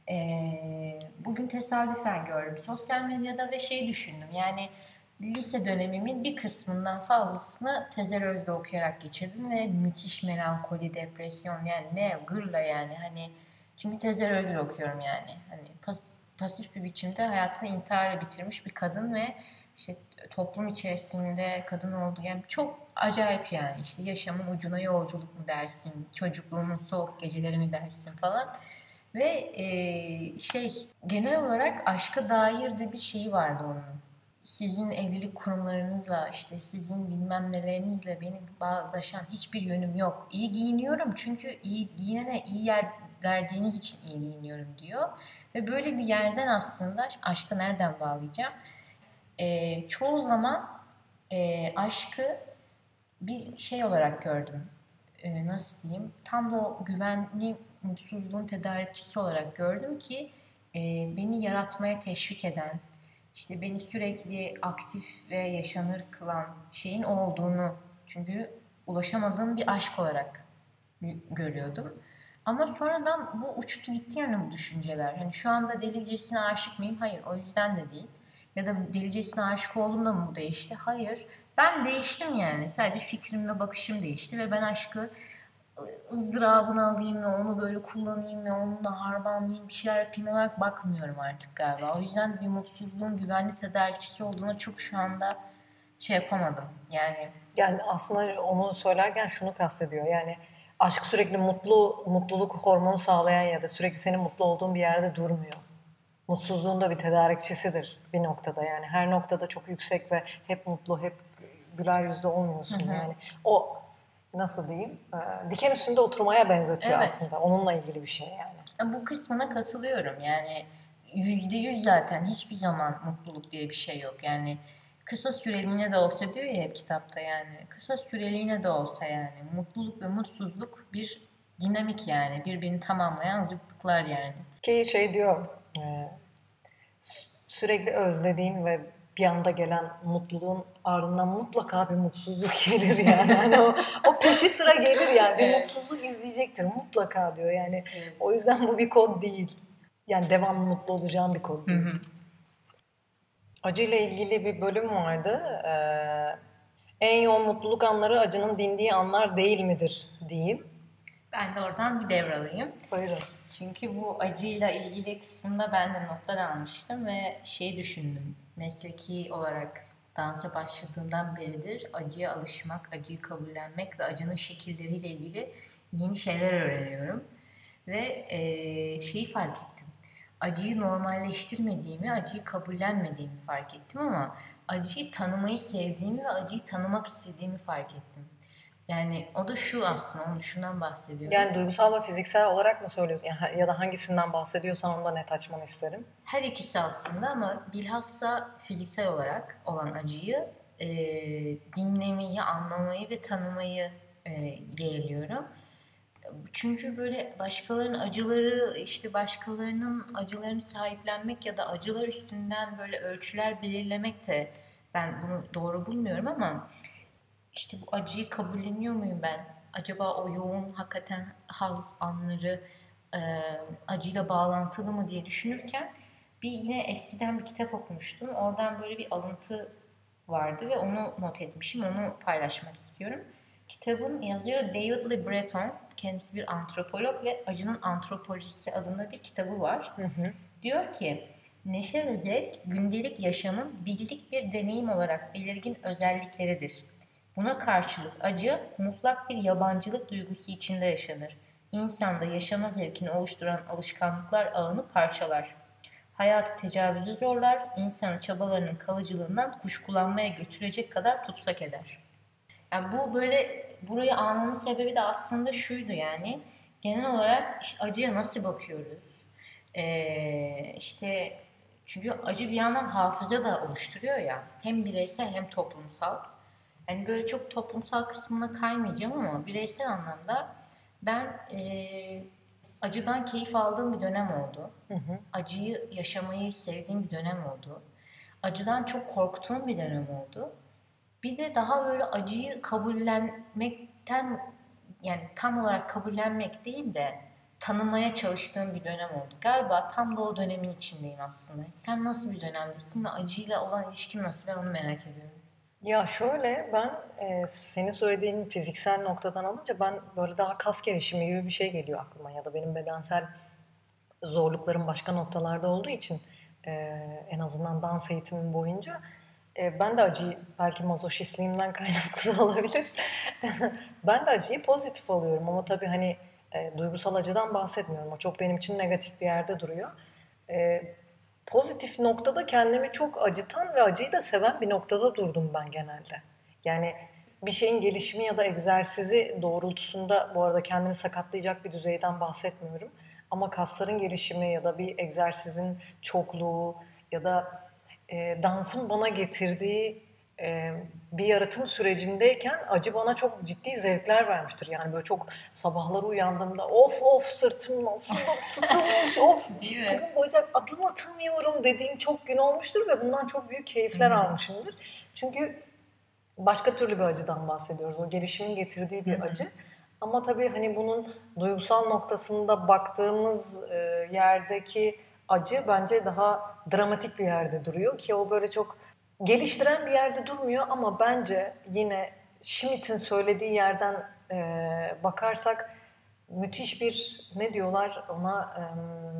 Ee, bugün tesadüfen gördüm sosyal medyada ve şey düşündüm. Yani lise dönemimin bir kısmından fazlasını Tezer Özlü okuyarak geçirdim ve müthiş melankoli, depresyon yani ne gırla yani hani çünkü Tezer Özlü okuyorum yani hani pas, pasif bir biçimde hayatını intiharla bitirmiş bir kadın ve işte toplum içerisinde kadın olduğu yani çok acayip yani işte yaşamın ucuna yolculuk mu dersin, çocukluğumun soğuk geceleri mi dersin falan. Ve e, şey genel olarak aşka dair de bir şeyi vardı onun. Sizin evlilik kurumlarınızla işte sizin bilmem nelerinizle benim bağdaşan hiçbir yönüm yok. İyi giyiniyorum çünkü iyi giyinene iyi yer verdiğiniz için iyi giyiniyorum diyor. Ve böyle bir yerden aslında aşkı nereden bağlayacağım? E, çoğu zaman e, aşkı bir şey olarak gördüm. E, nasıl diyeyim? Tam da o güvenli mutsuzluğun tedarikçisi olarak gördüm ki e, beni yaratmaya teşvik eden, işte beni sürekli aktif ve yaşanır kılan şeyin o olduğunu çünkü ulaşamadığım bir aşk olarak görüyordum. Ama sonradan bu uçtu gitti yani bu düşünceler. Yani şu anda delicesine aşık mıyım? Hayır, o yüzden de değil. Ya da delicesine aşık oldum da mı bu değişti? Hayır. Ben değiştim yani. Sadece fikrim ve bakışım değişti ve ben aşkı ızdırabını alayım ve onu böyle kullanayım ve onunla harmanlayayım bir şeyler yapayım olarak bakmıyorum artık galiba. O yüzden bir mutsuzluğun güvenli tedarikçisi olduğuna çok şu anda şey yapamadım. Yani yani aslında onu söylerken şunu kastediyor. Yani aşk sürekli mutlu mutluluk hormonu sağlayan ya da sürekli senin mutlu olduğun bir yerde durmuyor. Mutsuzluğun da bir tedarikçisidir bir noktada. Yani her noktada çok yüksek ve hep mutlu, hep güler yüzlü olmuyorsun. Hı hı. Yani o nasıl diyeyim? E, diken üstünde oturmaya benzetiyor evet. Aslında. Onunla ilgili bir şey yani. Bu kısmına katılıyorum. Yani yüzde yüz zaten hiçbir zaman mutluluk diye bir şey yok. Yani kısa süreliğine de olsa diyor ya hep kitapta yani. Kısa süreliğine de olsa yani. Mutluluk ve mutsuzluk bir dinamik yani. Birbirini tamamlayan zıtlıklar yani. Ki şey diyor, e, sürekli özlediğin ve bir anda gelen mutluluğun ardından mutlaka bir mutsuzluk gelir yani. Yani o, o peşi sıra gelir yani. Bir evet. Mutsuzluk izleyecektir mutlaka diyor yani. Evet. O yüzden bu bir kod değil. Yani devamlı mutlu olacağın bir kod değil. Hı hı. Acıyla ilgili bir bölüm vardı. Ee, en yoğun mutluluk anları acının dindiği anlar değil midir diyeyim. Ben de oradan bir devralayım. Buyurun. Çünkü bu acıyla ilgili kısmında ben de notlar almıştım ve şey düşündüm. Mesleki olarak dansa başladığımdan beridir acıya alışmak, acıyı kabullenmek ve acının şekilleriyle ilgili yeni şeyler öğreniyorum. Ve e, şeyi fark ettim. Acıyı normalleştirmediğimi, acıyı kabullenmediğimi fark ettim ama acıyı tanımayı sevdiğimi ve acıyı tanımak istediğimi fark ettim. Yani o da şu aslında, onu şundan bahsediyorum. Yani duygusal ve fiziksel olarak mı söylüyorsun? Yani, ya da hangisinden bahsediyorsan onu da net açmanı isterim. Her ikisi aslında ama bilhassa fiziksel olarak olan acıyı e, dinlemeyi, anlamayı ve tanımayı e, yeğliyorum. Çünkü böyle başkalarının acıları, işte başkalarının acılarını sahiplenmek ya da acılar üstünden böyle ölçüler belirlemek de ben bunu doğru bulmuyorum ama işte bu acıyı kabulleniyor muyum ben? Acaba o yoğun hakikaten haz anları e, acıyla bağlantılı mı diye düşünürken bir yine eskiden bir kitap okumuştum. Oradan böyle bir alıntı vardı ve onu not etmişim. Onu paylaşmak istiyorum. Kitabın yazarı David Le Breton. Kendisi bir antropolog ve Acının Antropolojisi adında bir kitabı var. Hı hı. Diyor ki, neşe ve zevk gündelik yaşamın bildik bir deneyim olarak belirgin özellikleridir. Buna karşılık acı mutlak bir yabancılık duygusu içinde yaşanır. İnsanda yaşama zevkini oluşturan alışkanlıklar ağını parçalar. Hayatı tecavüzü zorlar, insanı çabalarının kalıcılığından kuşkulanmaya götürecek kadar tutsak eder. Yani bu böyle burayı almamın sebebi de aslında şuydu yani. Genel olarak işte acıya nasıl bakıyoruz? Ee, işte çünkü acı bir yandan hafıza da oluşturuyor ya. Hem bireysel hem toplumsal. Yani böyle çok toplumsal kısmına kaymayacağım ama bireysel anlamda ben e, acıdan keyif aldığım bir dönem oldu. Hı hı. Acıyı yaşamayı sevdiğim bir dönem oldu. Acıdan çok korktuğum bir dönem oldu. Bir de daha böyle acıyı kabullenmekten yani tam olarak kabullenmek değil de tanımaya çalıştığım bir dönem oldu. Galiba tam da o dönemin içindeyim aslında. Sen nasıl bir dönemdesin ve acıyla olan ilişkin nasıl? Ben onu merak ediyorum. Ya şöyle ben e, senin söylediğin fiziksel noktadan alınca ben böyle daha kas gelişimi gibi bir şey geliyor aklıma ya da benim bedensel zorluklarım başka noktalarda olduğu için e, en azından dans eğitimim boyunca e, ben de acıyı belki mazoşistliğimden kaynaklı da olabilir. Ben de acıyı pozitif alıyorum ama tabii hani e, duygusal acıdan bahsetmiyorum. O çok benim için negatif bir yerde duruyor. E, Pozitif noktada kendimi çok acıtan ve acıyı da seven bir noktada durdum ben genelde. Yani bir şeyin gelişimi ya da egzersizi doğrultusunda bu arada kendini sakatlayacak bir düzeyden bahsetmiyorum. Ama kasların gelişimi ya da bir egzersizin çokluğu ya da e, dansın bana getirdiği e, bir yaratım sürecindeyken acı bana çok ciddi zevkler vermiştir. Yani böyle çok sabahları uyandığımda of of sırtım nasıl da tutulmuş of Değil mi? bugün bacak adım atamıyorum dediğim çok gün olmuştur ve bundan çok büyük keyifler almışımdır. Çünkü başka türlü bir acıdan bahsediyoruz. O gelişimin getirdiği bir acı. Ama tabii hani bunun duygusal noktasında baktığımız e, yerdeki acı bence daha dramatik bir yerde duruyor ki o böyle çok geliştiren bir yerde durmuyor ama bence yine Schmidt'in söylediği yerden e, bakarsak müthiş bir ne diyorlar ona e,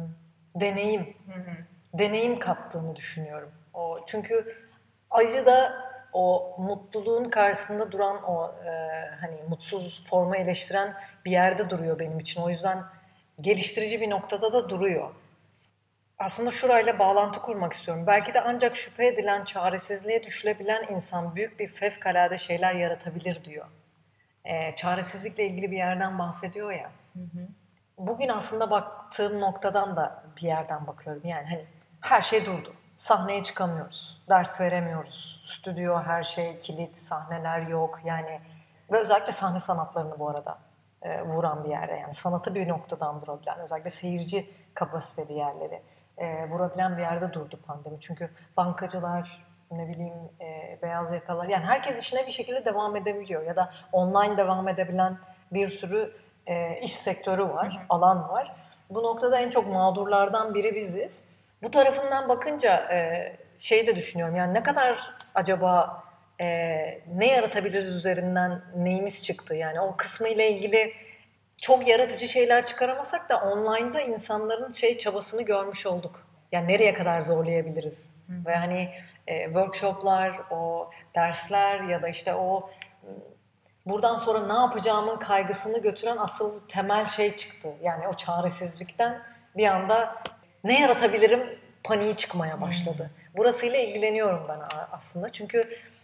deneyim deneyim kattığını düşünüyorum. O çünkü acı da o mutluluğun karşısında duran o e, hani mutsuz formu eleştiren bir yerde duruyor benim için. O yüzden geliştirici bir noktada da duruyor. Aslında şurayla bağlantı kurmak istiyorum. Belki de ancak şüphe edilen, çaresizliğe düşülebilen insan büyük bir fevkalade şeyler yaratabilir diyor. E, çaresizlikle ilgili bir yerden bahsediyor ya. Hı hı. Bugün aslında baktığım noktadan da bir yerden bakıyorum. Yani hani her şey durdu. Sahneye çıkamıyoruz. Ders veremiyoruz. Stüdyo her şey kilit, sahneler yok. Yani ve özellikle sahne sanatlarını bu arada e, vuran bir yerde. Yani sanatı bir noktadan vurabilen, özellikle seyirci kapasiteli yerleri e, vurabilen bir yerde durdu pandemi. Çünkü bankacılar, ne bileyim e, beyaz yakalar yani herkes işine bir şekilde devam edebiliyor ya da online devam edebilen bir sürü e, iş sektörü var, hı hı. alan var. Bu noktada en çok mağdurlardan biri biziz. Bu tarafından bakınca e, şey de düşünüyorum yani ne kadar acaba e, ne yaratabiliriz üzerinden neyimiz çıktı yani o kısmı ile ilgili çok yaratıcı şeyler çıkaramasak da online'da insanların şey çabasını görmüş olduk. Yani nereye kadar zorlayabiliriz? Hı. Ve hani e, workshoplar, o dersler ya da işte o buradan sonra ne yapacağımın kaygısını götüren asıl temel şey çıktı. Yani o çaresizlikten bir anda ne yaratabilirim paniği çıkmaya başladı. Hmm. Burasıyla ilgileniyorum ben aslında. Çünkü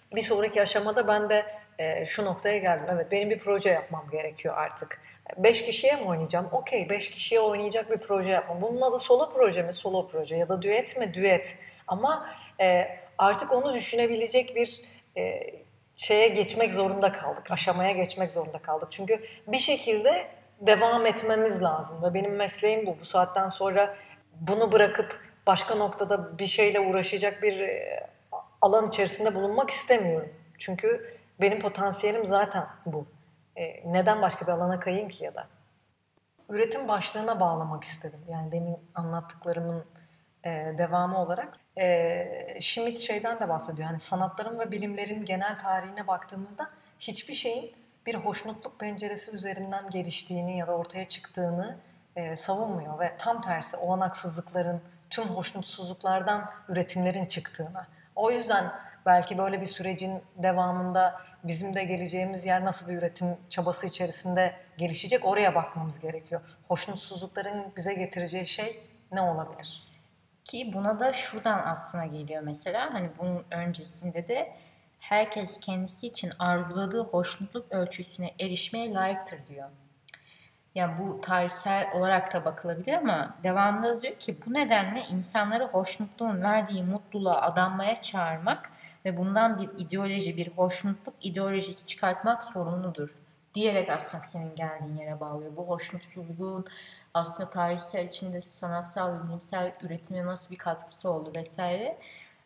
Bir sonraki aşamada ben de e, şu noktaya geldim. Evet, benim bir proje yapmam gerekiyor artık. Beş kişiye mi oynayacağım? Okey, beş kişiye oynayacak bir proje yapmam. Bunun adı solo proje mi? Solo proje. Ya da düet mi? Düet. Ama e, artık onu düşünebilecek bir e, şeye geçmek zorunda kaldık. Aşamaya geçmek zorunda kaldık. Çünkü bir şekilde devam etmemiz lazım. Ve benim mesleğim bu. Bu saatten sonra bunu bırakıp başka noktada bir şeyle uğraşacak bir e, alan içerisinde bulunmak istemiyorum. Çünkü benim potansiyelim zaten bu. E, neden başka bir alana kayayım ki ya da? Üretim başlığına bağlamak istedim. Yani demin anlattıklarımın e, devamı olarak. E, Schmidt şeyden de bahsediyor. Yani sanatların ve bilimlerin genel tarihine baktığımızda hiçbir şeyin bir hoşnutluk penceresi üzerinden geliştiğini ya da ortaya çıktığını e, savunmuyor. Ve tam tersi olanaksızlıkların, tüm hoşnutsuzluklardan üretimlerin çıktığını. O yüzden belki böyle bir sürecin devamında bizim de geleceğimiz yer nasıl bir üretim çabası içerisinde gelişecek, oraya bakmamız gerekiyor. Hoşnutsuzlukların bize getireceği şey ne olabilir? Ki buna da şuradan aslında geliyor mesela, hani bunun öncesinde de herkes kendisi için arzuladığı hoşnutluk ölçüsüne erişmeye layıktır diyor. Yani bu tarihsel olarak da bakılabilir ama devamında diyor ki bu nedenle insanları hoşnutluğun verdiği mutluluğa adanmaya çağırmak ve bundan bir ideoloji, bir hoşnutluk ideolojisi çıkartmak sorumludur diyerek aslında senin geldiğin yere bağlıyor. Bu hoşnutsuzluğun aslında tarihsel içinde sanatsal ve bilimsel üretime nasıl bir katkısı oldu vesaire.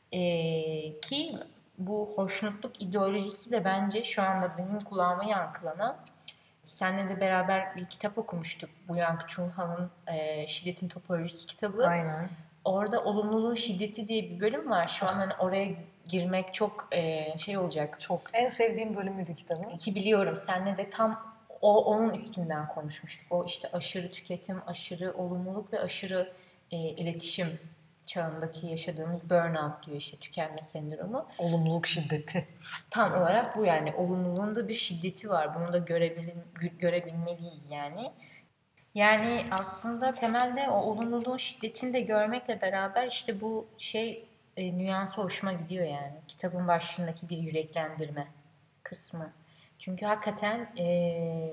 Ee, ki bu hoşnutluk ideolojisi de bence şu anda benim kulağıma yankılanan, seninle de beraber bir kitap okumuştuk. Bu Yang Chun Han'ın e, Şiddetin Topolojisi kitabı. Aynen. Orada olumluluğun şiddeti diye bir bölüm var. Şu an hani oraya girmek çok e, şey olacak. Çok. En sevdiğim bölümüydü kitabın. Ki biliyorum seninle de tam o onun üstünden konuşmuştuk. O işte aşırı tüketim, aşırı olumluluk ve aşırı e, iletişim çağındaki yaşadığımız burnout diyor, işte tükenme sendromu. Olumluluk şiddeti. Tam olarak bu yani. Olumluluğun da bir şiddeti var. Bunu da görebilin, görebilmeliyiz yani. Yani aslında temelde o olumluluğun şiddetini de görmekle beraber işte bu şey e, nüansı hoşuma gidiyor yani. Kitabın başlığındaki bir yüreklendirme kısmı. Çünkü hakikaten e,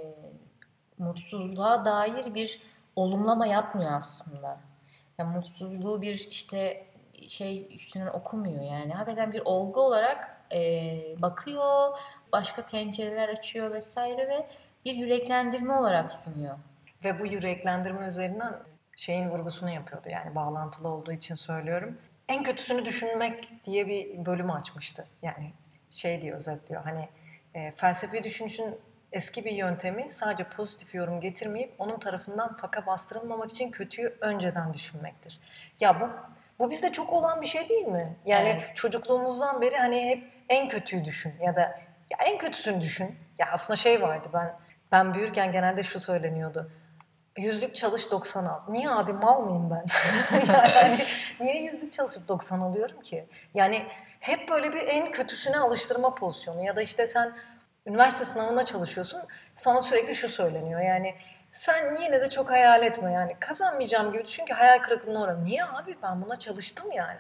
mutsuzluğa dair bir olumlama yapmıyor aslında. Yani mutsuzluğu bir işte şey üstünden okumuyor yani. Hakikaten bir olgu olarak e, bakıyor, başka pencereler açıyor vesaire ve bir yüreklendirme olarak sunuyor. Ve bu yüreklendirme üzerinden şeyin vurgusunu yapıyordu. Yani bağlantılı olduğu için söylüyorum. En kötüsünü düşünmek diye bir bölüm açmıştı. Yani şey diye özetliyor. Hani e, felsefi düşünüşün eski bir yöntemi sadece pozitif yorum getirmeyip onun tarafından faka bastırılmamak için kötüyü önceden düşünmektir. Ya bu bu bizde çok olan bir şey değil mi? Yani Evet. çocukluğumuzdan beri hani hep en kötüyü düşün ya da ya en kötüsünü düşün. Ya aslında şey vardı, ben ben büyürken genelde şu söyleniyordu. Yüzlük çalış doksan al. Niye abi, mal mıyım ben? Yani hani niye yüzlük çalışıp doksan alıyorum ki? Yani hep böyle bir en kötüsüne alıştırma pozisyonu. Ya da işte sen üniversite sınavına çalışıyorsun. Sana sürekli şu söyleniyor. Yani sen yine de çok hayal etme yani. Kazanmayacağım gibi düşün ki hayal kırıklığına uğra. Niye abi, ben buna çalıştım yani.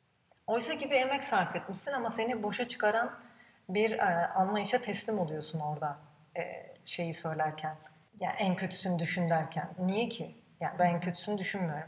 Oysa ki bir emek sarf etmişsin ama seni boşa çıkaran bir e, anlayışa teslim oluyorsun orada e, şeyi söylerken. Yani en kötüsünü düşün derken. Niye ki? Yani ben en kötüsünü düşünmüyorum.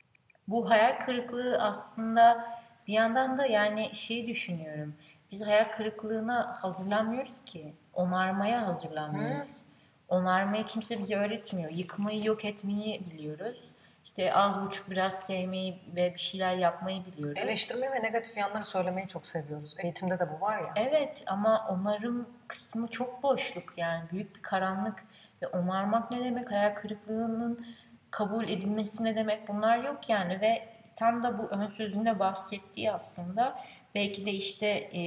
Bu hayal kırıklığı aslında bir yandan da yani şeyi düşünüyorum. Biz hayal kırıklığına hazırlanmıyoruz ki. Onarmaya Hı? hazırlanmıyoruz. Onarmayı kimse bize öğretmiyor. Yıkmayı, yok etmeyi biliyoruz. İşte az buçuk biraz sevmeyi ve bir şeyler yapmayı biliyoruz. Eleştirme ve negatif yanları söylemeyi çok seviyoruz. Eğitimde de bu var ya. Evet ama onarım kısmı çok boşluk, yani büyük bir karanlık. Ve onarmak ne demek, hayal kırıklığının kabul edilmesi ne demek, bunlar yok yani. Ve tam da bu ön sözünde bahsettiği aslında belki de işte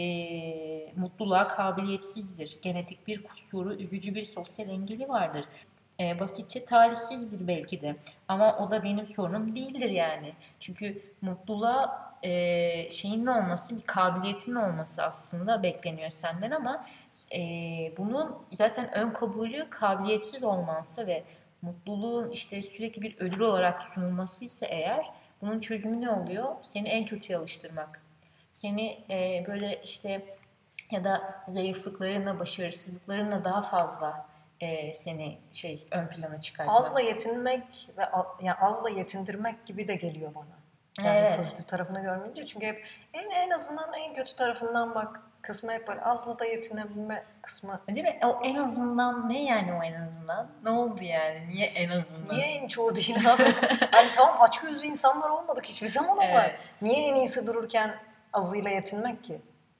eee, mutluluğa kabiliyetsizdir. Genetik bir kusuru, üzücü bir sosyal engeli vardır. Eee, basitçe talihsizdir belki de. Ama o da benim sorunum değildir yani. Çünkü mutluluğa e, şeyin olması, bir kabiliyetin olması aslında bekleniyor senden ama e, bunun zaten ön kabulü kabiliyetsiz olmansa ve mutluluğun işte sürekli bir ödül olarak sunulması ise eğer, bunun çözümü ne oluyor? Seni en kötüye alıştırmak. Seni e, böyle işte ya da zayıflıklarınla, başarısızlıklarınla daha fazla e, seni şey ön plana çıkartmak. Azla yetinmek ve yani azla yetindirmek gibi de geliyor bana. Yani evet. pozitif tarafını görmeyince, çünkü hep en en azından en kötü tarafından bak kısmı hep böyle azla da yetinebilme kısmı. Değil mi? O en azından ne yani o en azından? Ne oldu yani? Niye en azından? Niye en çoğu değil abi? Hani tamam açgözlü insanlar olmadık hiçbir zaman ama evet. Niye en iyisi dururken azıyla yetinmek ki?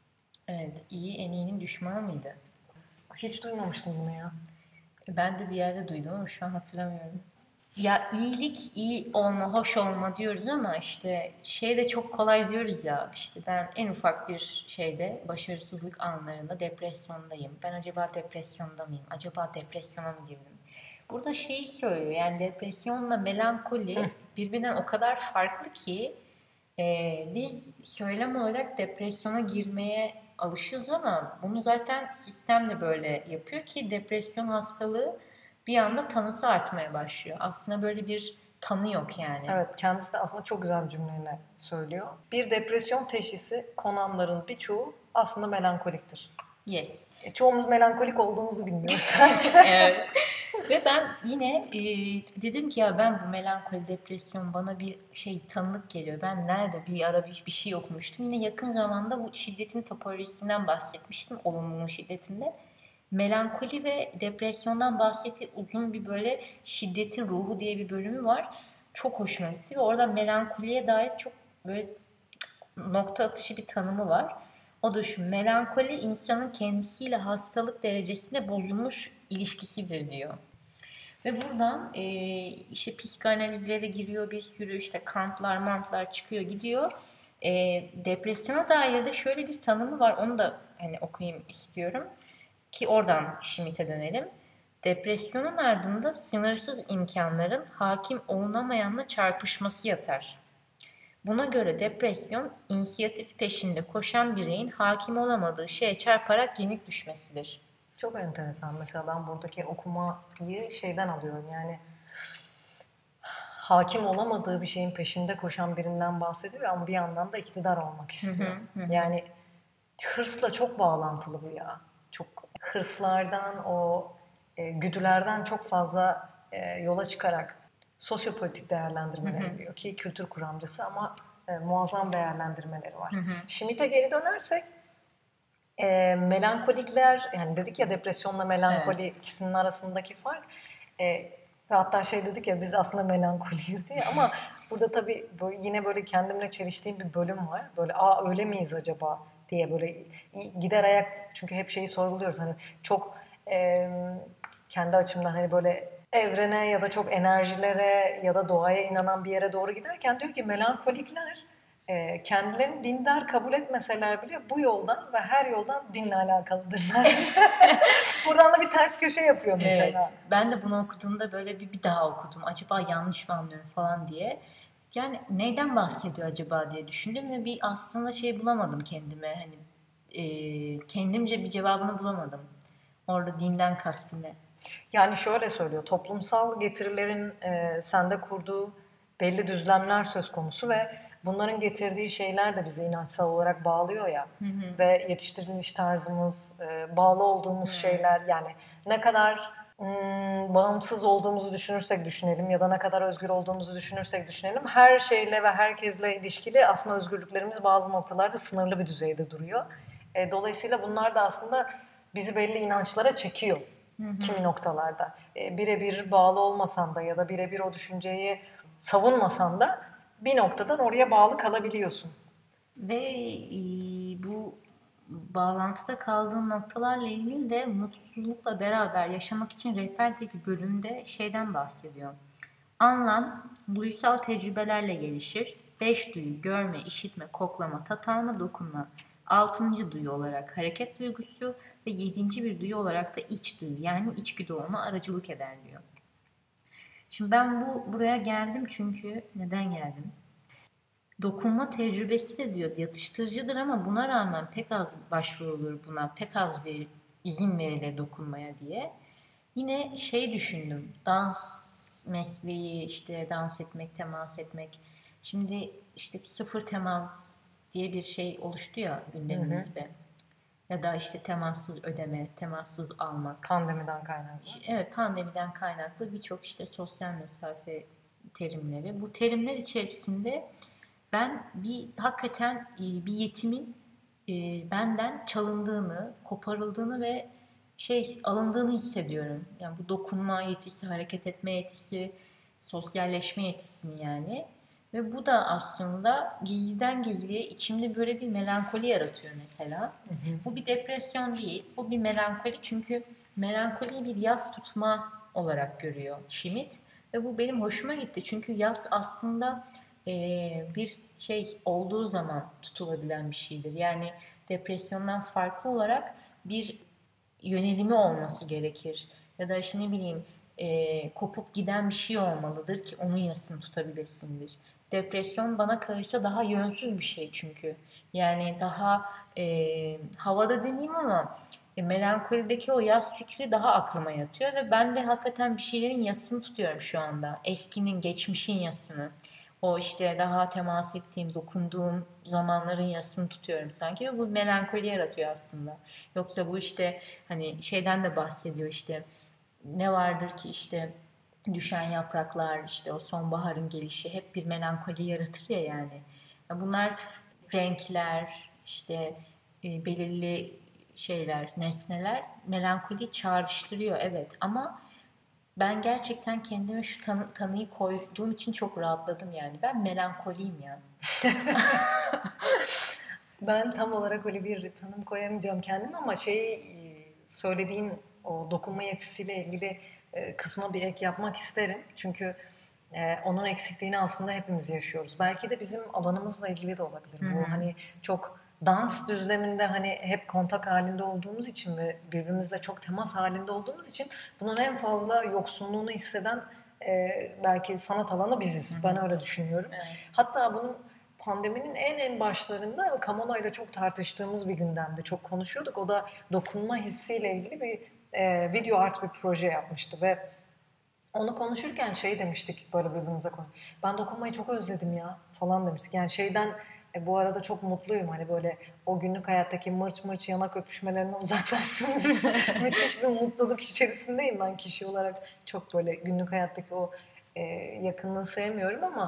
Evet. İyi en iyinin düşmanı mıydı? Hiç duymamıştım bunu ya. Ben de bir yerde duydum ama şu an hatırlamıyorum. Ya iyilik, iyi olma, hoş olma diyoruz ama işte şey de çok kolay diyoruz ya, işte ben en ufak bir şeyde başarısızlık anlarında depresyondayım. Ben acaba depresyonda mıyım? Acaba depresyona mı girdim? Burada şeyi söylüyor, yani depresyonla melankoli birbirinden o kadar farklı ki e, biz söylem olarak depresyona girmeye alışığız ama bunu zaten sistem de böyle yapıyor ki depresyon hastalığı bir anda tanısı artmaya başlıyor. Aslında böyle bir tanı yok yani. Evet, kendisi de aslında çok güzel bir cümleyle söylüyor. Bir depresyon teşhisi konanların birçoğu aslında melankoliktir. Yes. E, çoğumuz melankolik olduğumuzu bilmiyoruz sadece. Evet. Ve ben yine e, dedim ki ya ben bu melankoli, depresyon bana bir şey tanıdık geliyor. Ben nerede bir ara bir, bir şey okumuştum. Yine yakın zamanda bu şiddetin topolojisinden bahsetmiştim. Olumluluğun şiddetinde. Melankoli ve depresyondan bahsettiği uzun bir böyle şiddetin ruhu diye bir bölümü var. Çok hoşuma gitti ve orada melankoliye dair çok böyle nokta atışı bir tanımı var. O da şu: melankoli insanın kendisiyle hastalık derecesinde bozulmuş ilişkisidir diyor. Ve buradan e, işte psikanalizlere giriyor, bir sürü işte kantlar mantlar çıkıyor gidiyor. E, depresyona dair de şöyle bir tanımı var, onu da hani okuyayım istiyorum ki oradan Schmidt'e dönelim. Depresyonun ardında sınırsız imkanların hakim olunamayanla çarpışması yatar. Buna göre depresyon, inisiyatif peşinde koşan bireyin hakim olamadığı şeye çarparak yenik düşmesidir. Çok enteresan. Mesela ben buradaki okumayı şeyden alıyorum. Yani hakim olamadığı bir şeyin peşinde koşan birinden bahsediyor ama bir yandan da iktidar olmak istiyor. Hı hı, hı. Yani hırsla çok bağlantılı bu ya. Çok hırslardan, o e, güdülerden çok fazla e, yola çıkarak sosyopolitik değerlendirmeler yapıyor ki kültür kuramcısı ama e, muazzam değerlendirmeleri var. Hı hı. Schmidt'e geri dönersek e, melankolikler, yani dedik ya depresyonla melankoli, evet, ikisinin arasındaki fark, e, ve hatta şey dedik ya biz aslında melankoliyiz diye ama burada tabii böyle, yine böyle kendimle çeliştiğim bir bölüm var. Böyle aa öyle miyiz acaba diye böyle gider ayak, çünkü hep şeyi sorguluyoruz hani çok e, kendi açımdan hani böyle evrene ya da çok enerjilere ya da doğaya inanan bir yere doğru giderken diyor ki melankolikler e, kendilerini dindar kabul etmeseler bile bu yoldan ve her yoldan dinle alakalıdırlar. Buradan da bir ters köşe yapıyor mesela. Evet, ben de bunu okuduğumda böyle bir, bir daha okudum. Acaba yanlış mı anlıyorum falan diye. Yani neyden bahsediyor acaba diye düşündüm ve bir aslında şey bulamadım kendime. Hani e, kendimce bir cevabını bulamadım. Orada dinden kastı ne? Yani şöyle söylüyor, toplumsal getirilerin e, sende kurduğu belli düzlemler söz konusu ve bunların getirdiği şeyler de bizi inançsal olarak bağlıyor ya. Hı hı. Ve yetiştiriliş tarzımız, e, bağlı olduğumuz hı. şeyler, yani ne kadar hmm, bağımsız olduğumuzu düşünürsek düşünelim ya da ne kadar özgür olduğumuzu düşünürsek düşünelim, her şeyle ve herkesle ilişkili aslında özgürlüklerimiz bazı noktalarda sınırlı bir düzeyde duruyor. E, dolayısıyla bunlar da aslında bizi belli inançlara çekiyor. Hı hı. Kimi noktalarda. E, birebir bağlı olmasan da ya da birebir o düşünceyi savunmasan da bir noktadan oraya bağlı kalabiliyorsun. Ve e, bu bağlantıda kaldığın noktalarla ilgili de mutsuzlukla beraber yaşamak için rehber diye bir bölümde şeyden bahsediyor. Anlam, duysal tecrübelerle gelişir. Beş duyu, görme, işitme, koklama, tat alma, dokunma. Altıncı duyu olarak hareket duygusu ve yedinci bir duyu olarak da iç duyu, yani içgüdü olma aracılık eder diyor. Şimdi ben bu buraya geldim çünkü neden geldim? Dokunma tecrübesi de diyor yatıştırıcıdır ama buna rağmen pek az başvurulur buna, pek az bir izin verilir dokunmaya diye. Yine şey düşündüm, dans mesleği, işte dans etmek, temas etmek. Şimdi işte sıfır temas diye bir şey oluştu ya gündemimizde. Hı hı. Ya da işte temassız ödeme, temassız almak. Pandemiden kaynaklı. Evet, pandemiden kaynaklı birçok işte sosyal mesafe terimleri. Bu terimler içerisinde ben bir hakikaten e, bir yetimin e, benden çalındığını, koparıldığını ve şey alındığını hissediyorum. Yani bu dokunma yetisi, hareket etme yetisi, sosyalleşme yetisini yani. Ve bu da aslında gizliden gizliye içimde böyle bir melankoli yaratıyor mesela. Hı hı. Bu bir depresyon değil, bu bir melankoli çünkü melankoliyi bir yas tutma olarak görüyor Schmidt. Ve bu benim hoşuma gitti çünkü yas aslında e, bir şey olduğu zaman tutulabilen bir şeydir. Yani depresyondan farklı olarak bir yönelimi olması gerekir. Ya da işte ne bileyim e, kopup giden bir şey olmalıdır ki onun yasını tutabilesindir. Depresyon bana kalırsa daha yönsüz bir şey çünkü. Yani daha e, havada demeyeyim ama e, melankolideki o yas fikri daha aklıma yatıyor ve ben de hakikaten bir şeylerin yasını tutuyorum şu anda. Eskinin, geçmişin yasını. O işte daha temas ettiğim, dokunduğum zamanların yasını tutuyorum sanki ve bu melankoli yaratıyor aslında. Yoksa bu işte hani şeyden de bahsediyor işte ne vardır ki işte düşen yapraklar işte o sonbaharın gelişi hep bir melankoli yaratır ya yani. Ya bunlar renkler işte e, belirli şeyler, nesneler melankoli çağrıştırıyor evet ama ben gerçekten kendime şu tanı, tanıyı koyduğum için çok rahatladım yani. Ben melankoliyim ya. Ben tam olarak öyle bir tanım koyamayacağım kendime ama şey e, söylediğin o dokunma yetisiyle ilgili e, kısma bir ek yapmak isterim. Çünkü e, onun eksikliğini aslında hepimiz yaşıyoruz. Belki de bizim alanımızla ilgili de olabilir. Hı Bu hı. hani çok dans düzleminde hani hep kontak halinde olduğumuz için ve birbirimizle çok temas halinde olduğumuz için bunun en fazla yoksunluğunu hisseden e, belki sanat alanı biziz. Hı hı. Ben öyle düşünüyorum. Evet. Hatta bunun pandeminin en en başlarında Kamola ile çok tartıştığımız bir gündemde çok konuşuyorduk. O da dokunma hissiyle ilgili bir e, video art bir proje yapmıştı ve onu konuşurken şey demiştik böyle birbirimize konu. Ben dokunmayı çok özledim ya falan demiştik. Yani şeyden e, bu arada çok mutluyum hani böyle o günlük hayattaki mırç mırç yanak öpüşmelerinden uzaklaştığımız için müthiş bir mutluluk içerisindeyim ben kişi olarak. Çok böyle günlük hayattaki o e, yakınlığı sevmiyorum ama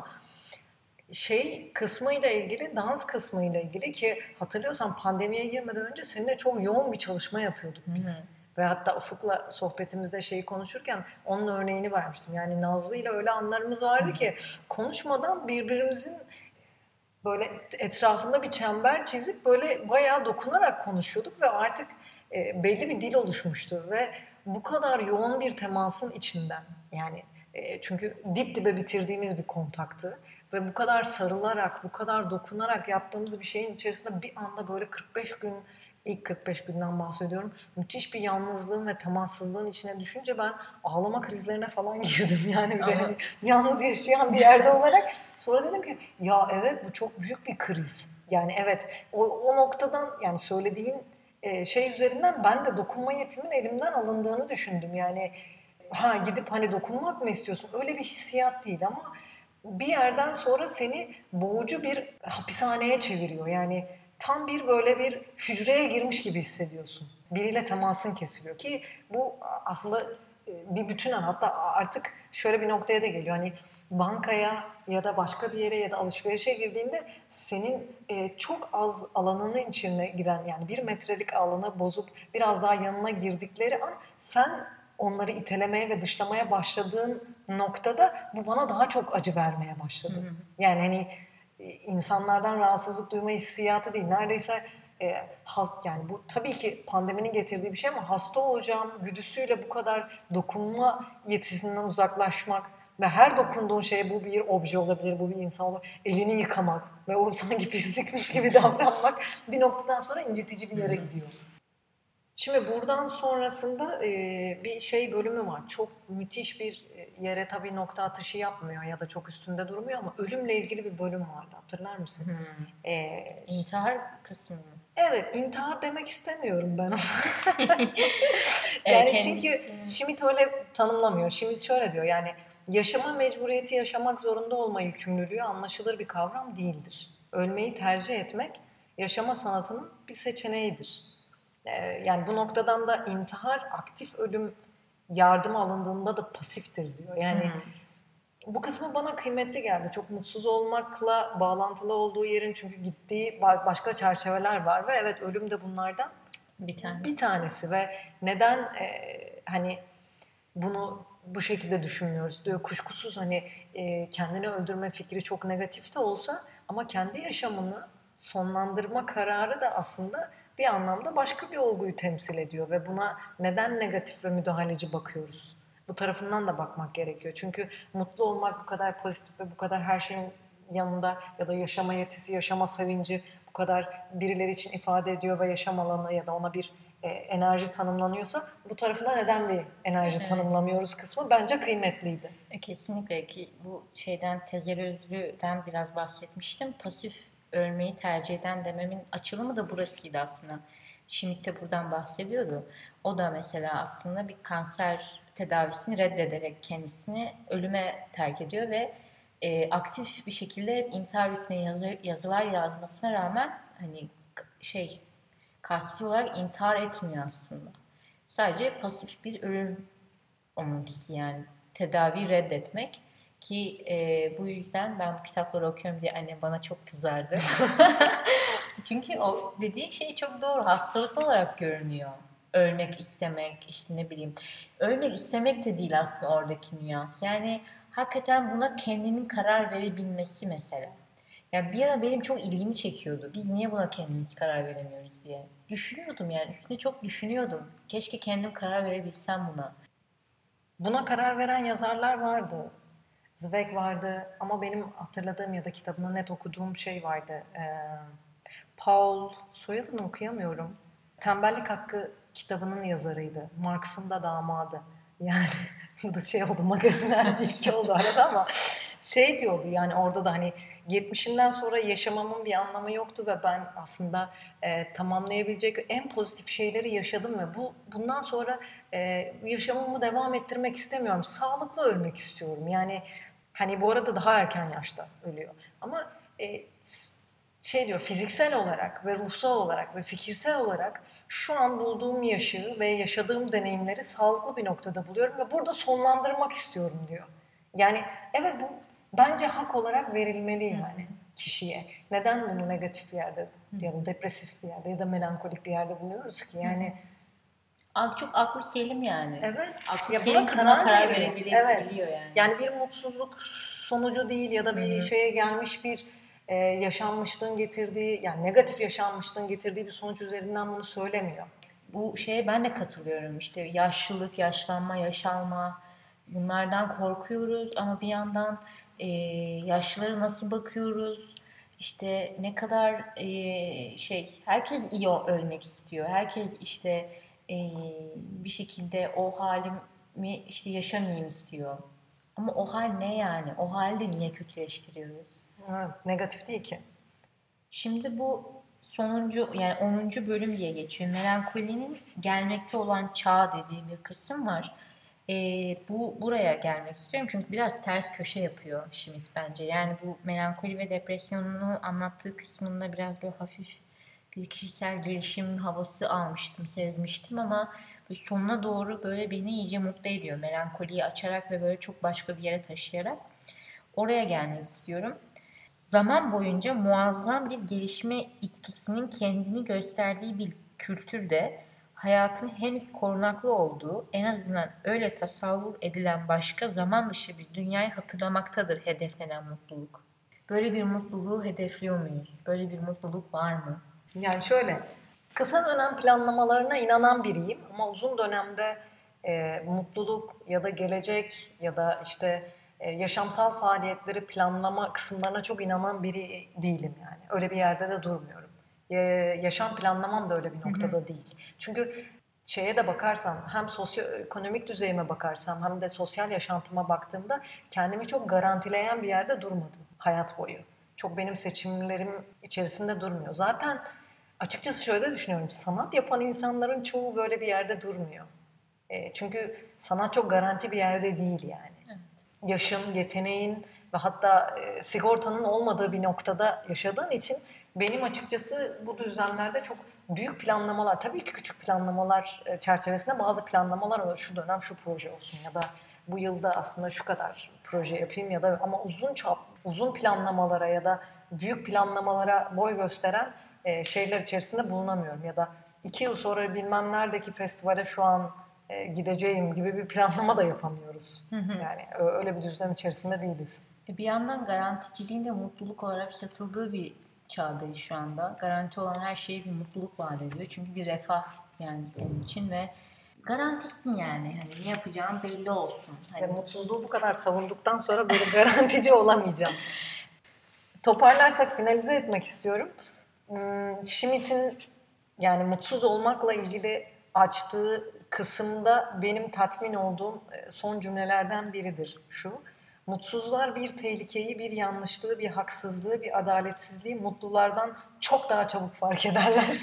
şey kısmıyla ilgili, dans kısmıyla ilgili ki hatırlıyorsan pandemiye girmeden önce seninle çok yoğun bir çalışma yapıyorduk Hı hı. biz. Ve hatta Ufuk'la sohbetimizde şeyi konuşurken onun örneğini vermiştim. Yani Nazlı ile öyle anlarımız vardı ki konuşmadan birbirimizin böyle etrafında bir çember çizip böyle bayağı dokunarak konuşuyorduk ve artık e, belli bir dil oluşmuştu ve bu kadar yoğun bir temasın içinden yani e, çünkü dip dibe bitirdiğimiz bir kontaktı ve bu kadar sarılarak, bu kadar dokunarak yaptığımız bir şeyin içerisinde bir anda böyle kırk beş gün ilk kırk beş günden bahsediyorum. Müthiş bir yalnızlığın ve temassızlığın içine düşünce ben ağlama krizlerine falan girdim. Yani bir de Ama hani yalnız yaşayan bir yerde olarak sonra dedim ki ya evet bu çok büyük bir kriz. Yani evet o, o noktadan yani söylediğin e, şey üzerinden ben de dokunma yetimin elimden alındığını düşündüm. Yani ha gidip hani dokunmak mı istiyorsun? Öyle bir hissiyat değil ama bir yerden sonra seni boğucu bir hapishaneye çeviriyor. Yani tam bir böyle bir hücreye girmiş gibi hissediyorsun. Biriyle temasın kesiliyor ki bu aslında e, bir bütünen hatta artık şöyle bir noktaya da geliyor. Hani bankaya ya da başka bir yere ya da alışverişe girdiğinde senin e, çok az alanının içine giren yani bir metrelik alanı bozup biraz daha yanına girdikleri an sen onları itelemeye ve dışlamaya başladığın noktada bu bana daha çok acı vermeye başladı. Hı hı. Yani hani e, insanlardan rahatsızlık duyma hissiyatı değil. Neredeyse e, has, yani bu tabii ki pandeminin getirdiği bir şey ama hasta olacağım güdüsüyle bu kadar dokunma yetisinden uzaklaşmak ve her dokunduğun şey bu bir obje olabilir, bu bir insan olabilir. Elini yıkamak ve o sanki pislikmiş gibi davranmak bir noktadan sonra incitici bir yere gidiyor. Şimdi buradan sonrasında e, bir şey bölümü var. Çok müthiş bir yere tabii nokta atışı yapmıyor ya da çok üstünde durmuyor ama ölümle ilgili bir bölüm vardı. Hatırlar mısın? Hmm. E, İntihar kısmı mı? evet, intihar demek istemiyorum ben ona. E, Yani çünkü kendisinin Schmitt öyle tanımlamıyor. Schmitt şöyle diyor yani yaşama mecburiyeti yaşamak zorunda olma yükümlülüğü anlaşılır bir kavram değildir. Ölmeyi tercih etmek yaşama sanatının bir seçeneğidir. Ee, yani bu noktadan da intihar aktif ölüm yardıma alındığında da pasiftir diyor. Yani hmm. bu kısmı bana kıymetli geldi. Çok mutsuz olmakla bağlantılı olduğu yerin çünkü gittiği başka çerçeveler var ve evet ölüm de bunlardan bir tanesi. Bir tanesi ve neden e, hani bunu bu şekilde düşünmüyoruz diyor. Kuşkusuz hani e, kendini öldürme fikri çok negatif de olsa ama kendi yaşamını sonlandırma kararı da aslında bir anlamda başka bir olguyu temsil ediyor ve buna neden negatif ve müdahaleci bakıyoruz? Bu tarafından da bakmak gerekiyor. Çünkü mutlu olmak bu kadar pozitif ve bu kadar her şeyin yanında ya da yaşama yetisi, yaşama sevinci bu kadar birileri için ifade ediyor ve yaşam alanı ya da ona bir e, enerji tanımlanıyorsa bu tarafına neden bir enerji evet. tanımlamıyoruz kısmı bence kıymetliydi. E, kesinlikle ki bu şeyden tezelözlüden biraz bahsetmiştim. Pasif ölmeyi tercih eden dememin açılımı da burasıydı aslında. Schmidt de buradan bahsediyordu. O da mesela aslında bir kanser tedavisini reddederek kendisini ölüme terk ediyor ve e, aktif bir şekilde intihar üstüne yazı, yazılar yazmasına rağmen hani şey kasti olarak intihar etmiyor aslında. Sadece pasif bir ölüm onunkisi yani tedavi reddetmek ki e, bu yüzden ben bu kitapları okuyorum diye annem bana çok kızardı. Çünkü o dediğin şey çok doğru. Hastalıklı olarak görünüyor. Ölmek istemek, işte ne bileyim. Ölmek istemek de değil aslında oradaki nüans. Yani hakikaten buna kendinin karar verebilmesi mesela. Yani bir ara benim çok ilgimi çekiyordu. Biz niye buna kendimiz karar veremiyoruz diye. Düşünüyordum yani. Üstüne çok düşünüyordum. Keşke kendim karar verebilsem buna. Buna karar veren yazarlar vardı. Zweig vardı ama benim hatırladığım ya da kitabını net okuduğum şey vardı. Ee, Paul, soyadını okuyamıyorum. Tembellik Hakkı kitabının yazarıydı. Marx'ın da damadı. Yani bu da şey oldu, magazinel bilgi oldu arada ama şey diyordu yani orada da hani yetmişinden sonra yaşamamın bir anlamı yoktu ve ben aslında e, tamamlayabilecek en pozitif şeyleri yaşadım ve bu bundan sonra e, yaşamımı devam ettirmek istemiyorum. Sağlıklı ölmek istiyorum. Yani hani bu arada daha erken yaşta ölüyor. Ama e, şey diyor fiziksel olarak ve ruhsal olarak ve fikirsel olarak şu an bulduğum yaşı ve yaşadığım deneyimleri sağlıklı bir noktada buluyorum ve burada sonlandırmak istiyorum diyor. Yani evet bu bence hak olarak verilmeli yani kişiye. Neden bunu negatif bir yerde ya da depresif bir yerde ya da melankolik bir yerde buluyoruz ki yani. Abi çok aklı selim yani. Evet. Aklı ya selim buna karar, karar verebiliyor evet. yani. Yani bir mutsuzluk sonucu değil ya da bir Hı-hı. şeye gelmiş bir e, yaşanmışlığın getirdiği yani negatif yaşanmışlığın getirdiği bir sonuç üzerinden bunu söylemiyor. Bu şeye ben de katılıyorum. İşte yaşlılık, yaşlanma, yaşalma bunlardan korkuyoruz ama bir yandan e, yaşlılara nasıl bakıyoruz? İşte ne kadar e, şey herkes iyi ölmek istiyor. Herkes işte e, bir şekilde o halimi işte yaşamayayım istiyor. Ama o hal ne yani? O halde niye kötüleştiriyoruz? Evet, negatif değil ki. Şimdi bu sonuncu yani onuncu bölüm diye geçiyor. Melankolinin gelmekte olan çağ dediği bir kısım var. Ee, bu buraya gelmek istiyorum çünkü biraz ters köşe yapıyor Schmidt bence. Yani bu melankoli ve depresyonunu anlattığı kısmında biraz böyle hafif bir kişisel gelişim havası almıştım, sezmiştim ama sonuna doğru böyle beni iyice mutlu ediyor. Melankoliyi açarak ve böyle çok başka bir yere taşıyarak. Oraya gelmek istiyorum. Zaman boyunca muazzam bir gelişme etkisinin kendini gösterdiği bir kültürde hayatın henüz korunaklı olduğu, en azından öyle tasavvur edilen başka zaman dışı bir dünyayı hatırlamaktadır hedeflenen mutluluk. Böyle bir mutluluğu hedefliyor muyuz? Böyle bir mutluluk var mı? Yani şöyle, kısa dönem planlamalarına inanan biriyim ama uzun dönemde e, mutluluk ya da gelecek ya da işte e, yaşamsal faaliyetleri planlama kısımlarına çok inanan biri değilim yani. Öyle bir yerde de durmuyorum. E, yaşam planlamam da öyle bir noktada hı hı. değil. Çünkü şeye de bakarsam hem sosyoekonomik düzeyime bakarsam hem de sosyal yaşantıma baktığımda kendimi çok garantileyen bir yerde durmadım hayat boyu. Çok benim seçimlerim içerisinde durmuyor. Zaten açıkçası şöyle düşünüyorum. Sanat yapan insanların çoğu böyle bir yerde durmuyor. E, çünkü sanat çok garanti bir yerde değil yani. Evet. Yaşın, yeteneğin ve hatta e, sigortanın olmadığı bir noktada yaşadığın için benim açıkçası bu düzlemlerde çok büyük planlamalar, tabii ki küçük planlamalar çerçevesinde bazı planlamalar olur. Şu dönem şu proje olsun ya da bu yılda aslında şu kadar proje yapayım ya da ama uzun çap, uzun planlamalara ya da büyük planlamalara boy gösteren e, şeyler içerisinde bulunamıyorum. Ya da iki yıl sonra bilmem neredeki festivale şu an e, gideceğim gibi bir planlama da yapamıyoruz. Hı hı. Yani öyle bir düzlem içerisinde değiliz. Bir yandan garanticiliğin de mutluluk olarak satıldığı bir çağdayız şu anda. Garanti olan her şeye bir mutluluk vaat ediyor. Çünkü bir refah yani senin için ve garantisin yani. Hani ne yapacağın belli olsun. Hani... Ve mutsuzluğu bu kadar savunduktan sonra böyle garantici olamayacağım. Toparlarsak finalize etmek istiyorum. Schmidt'in yani mutsuz olmakla ilgili açtığı kısımda benim tatmin olduğum son cümlelerden biridir şu. Mutsuzlar bir tehlikeyi, bir yanlışlığı, bir haksızlığı, bir adaletsizliği mutlulardan çok daha çabuk fark ederler.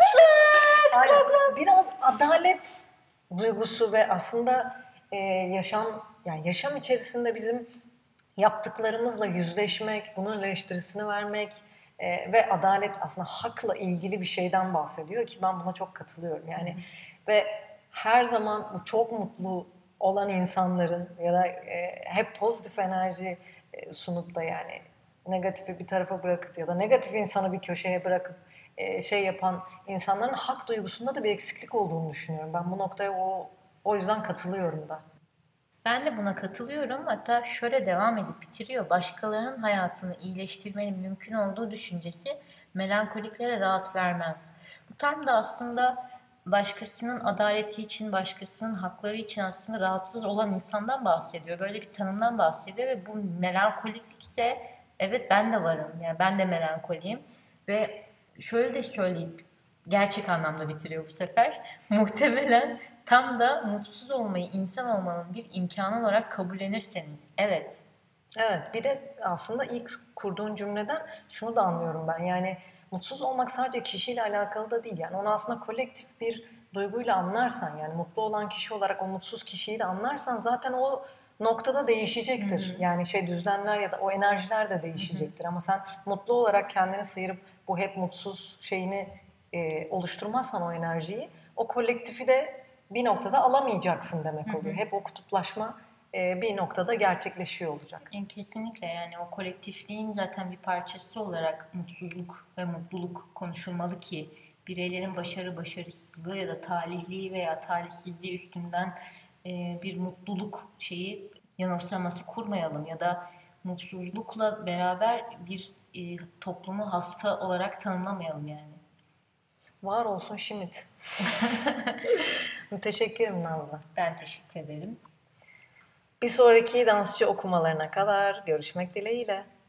Aynen. Biraz adalet duygusu ve aslında e, yaşam yani yaşam içerisinde bizim yaptıklarımızla yüzleşmek, bunun eleştirisini vermek e, ve adalet aslında hakla ilgili bir şeyden bahsediyor ki ben buna çok katılıyorum. Yani ve her zaman bu çok mutlu olan insanların ya da e, hep pozitif enerji e, sunup da yani negatifi bir tarafa bırakıp ya da negatif insanı bir köşeye bırakıp e, şey yapan insanların hak duygusunda da bir eksiklik olduğunu düşünüyorum. Ben bu noktaya o o yüzden katılıyorum da. Ben de buna katılıyorum. Hatta şöyle devam edip bitiriyor. Başkalarının hayatını iyileştirmenin mümkün olduğu düşüncesi melankoliklere rahat vermez. Bu tam da aslında başkasının adaleti için, başkasının hakları için aslında rahatsız olan insandan bahsediyor. Böyle bir tanımdan bahsediyor ve bu melankolikse evet ben de varım. Yani ben de melankoliyim ve şöyle de söyleyip gerçek anlamda bitiriyor bu sefer. Muhtemelen tam da mutsuz olmayı insan olmanın bir imkanı olarak kabullenirseniz. Evet. Evet. Bir de aslında ilk kurduğun cümleden şunu da anlıyorum ben. Yani mutsuz olmak sadece kişiyle alakalı da değil. Yani onu aslında kolektif bir duyguyla anlarsan yani mutlu olan kişi olarak o mutsuz kişiyi de anlarsan zaten o noktada değişecektir. Hı hı. Yani şey düzlemler ya da o enerjiler de değişecektir. Hı hı. Ama sen mutlu olarak kendini sıyırıp bu hep mutsuz şeyini e, oluşturmazsan o enerjiyi o kolektifi de bir noktada alamayacaksın demek oluyor. Hı hı. Hep o kutuplaşma e, bir noktada gerçekleşiyor olacak. Yani kesinlikle yani o kolektifliğin zaten bir parçası olarak mutsuzluk ve mutluluk konuşulmalı ki bireylerin başarı başarısızlığı ya da talihliği veya talihsizliği üstünden e, bir mutluluk şeyi yanılsaması kurmayalım ya da mutsuzlukla beraber bir e, toplumu hasta olarak tanımlamayalım yani. Var olsun Schmidt. Müteşekkirim Nazlı. Ben teşekkür ederim. Bir sonraki dansçı okumalarına kadar görüşmek dileğiyle.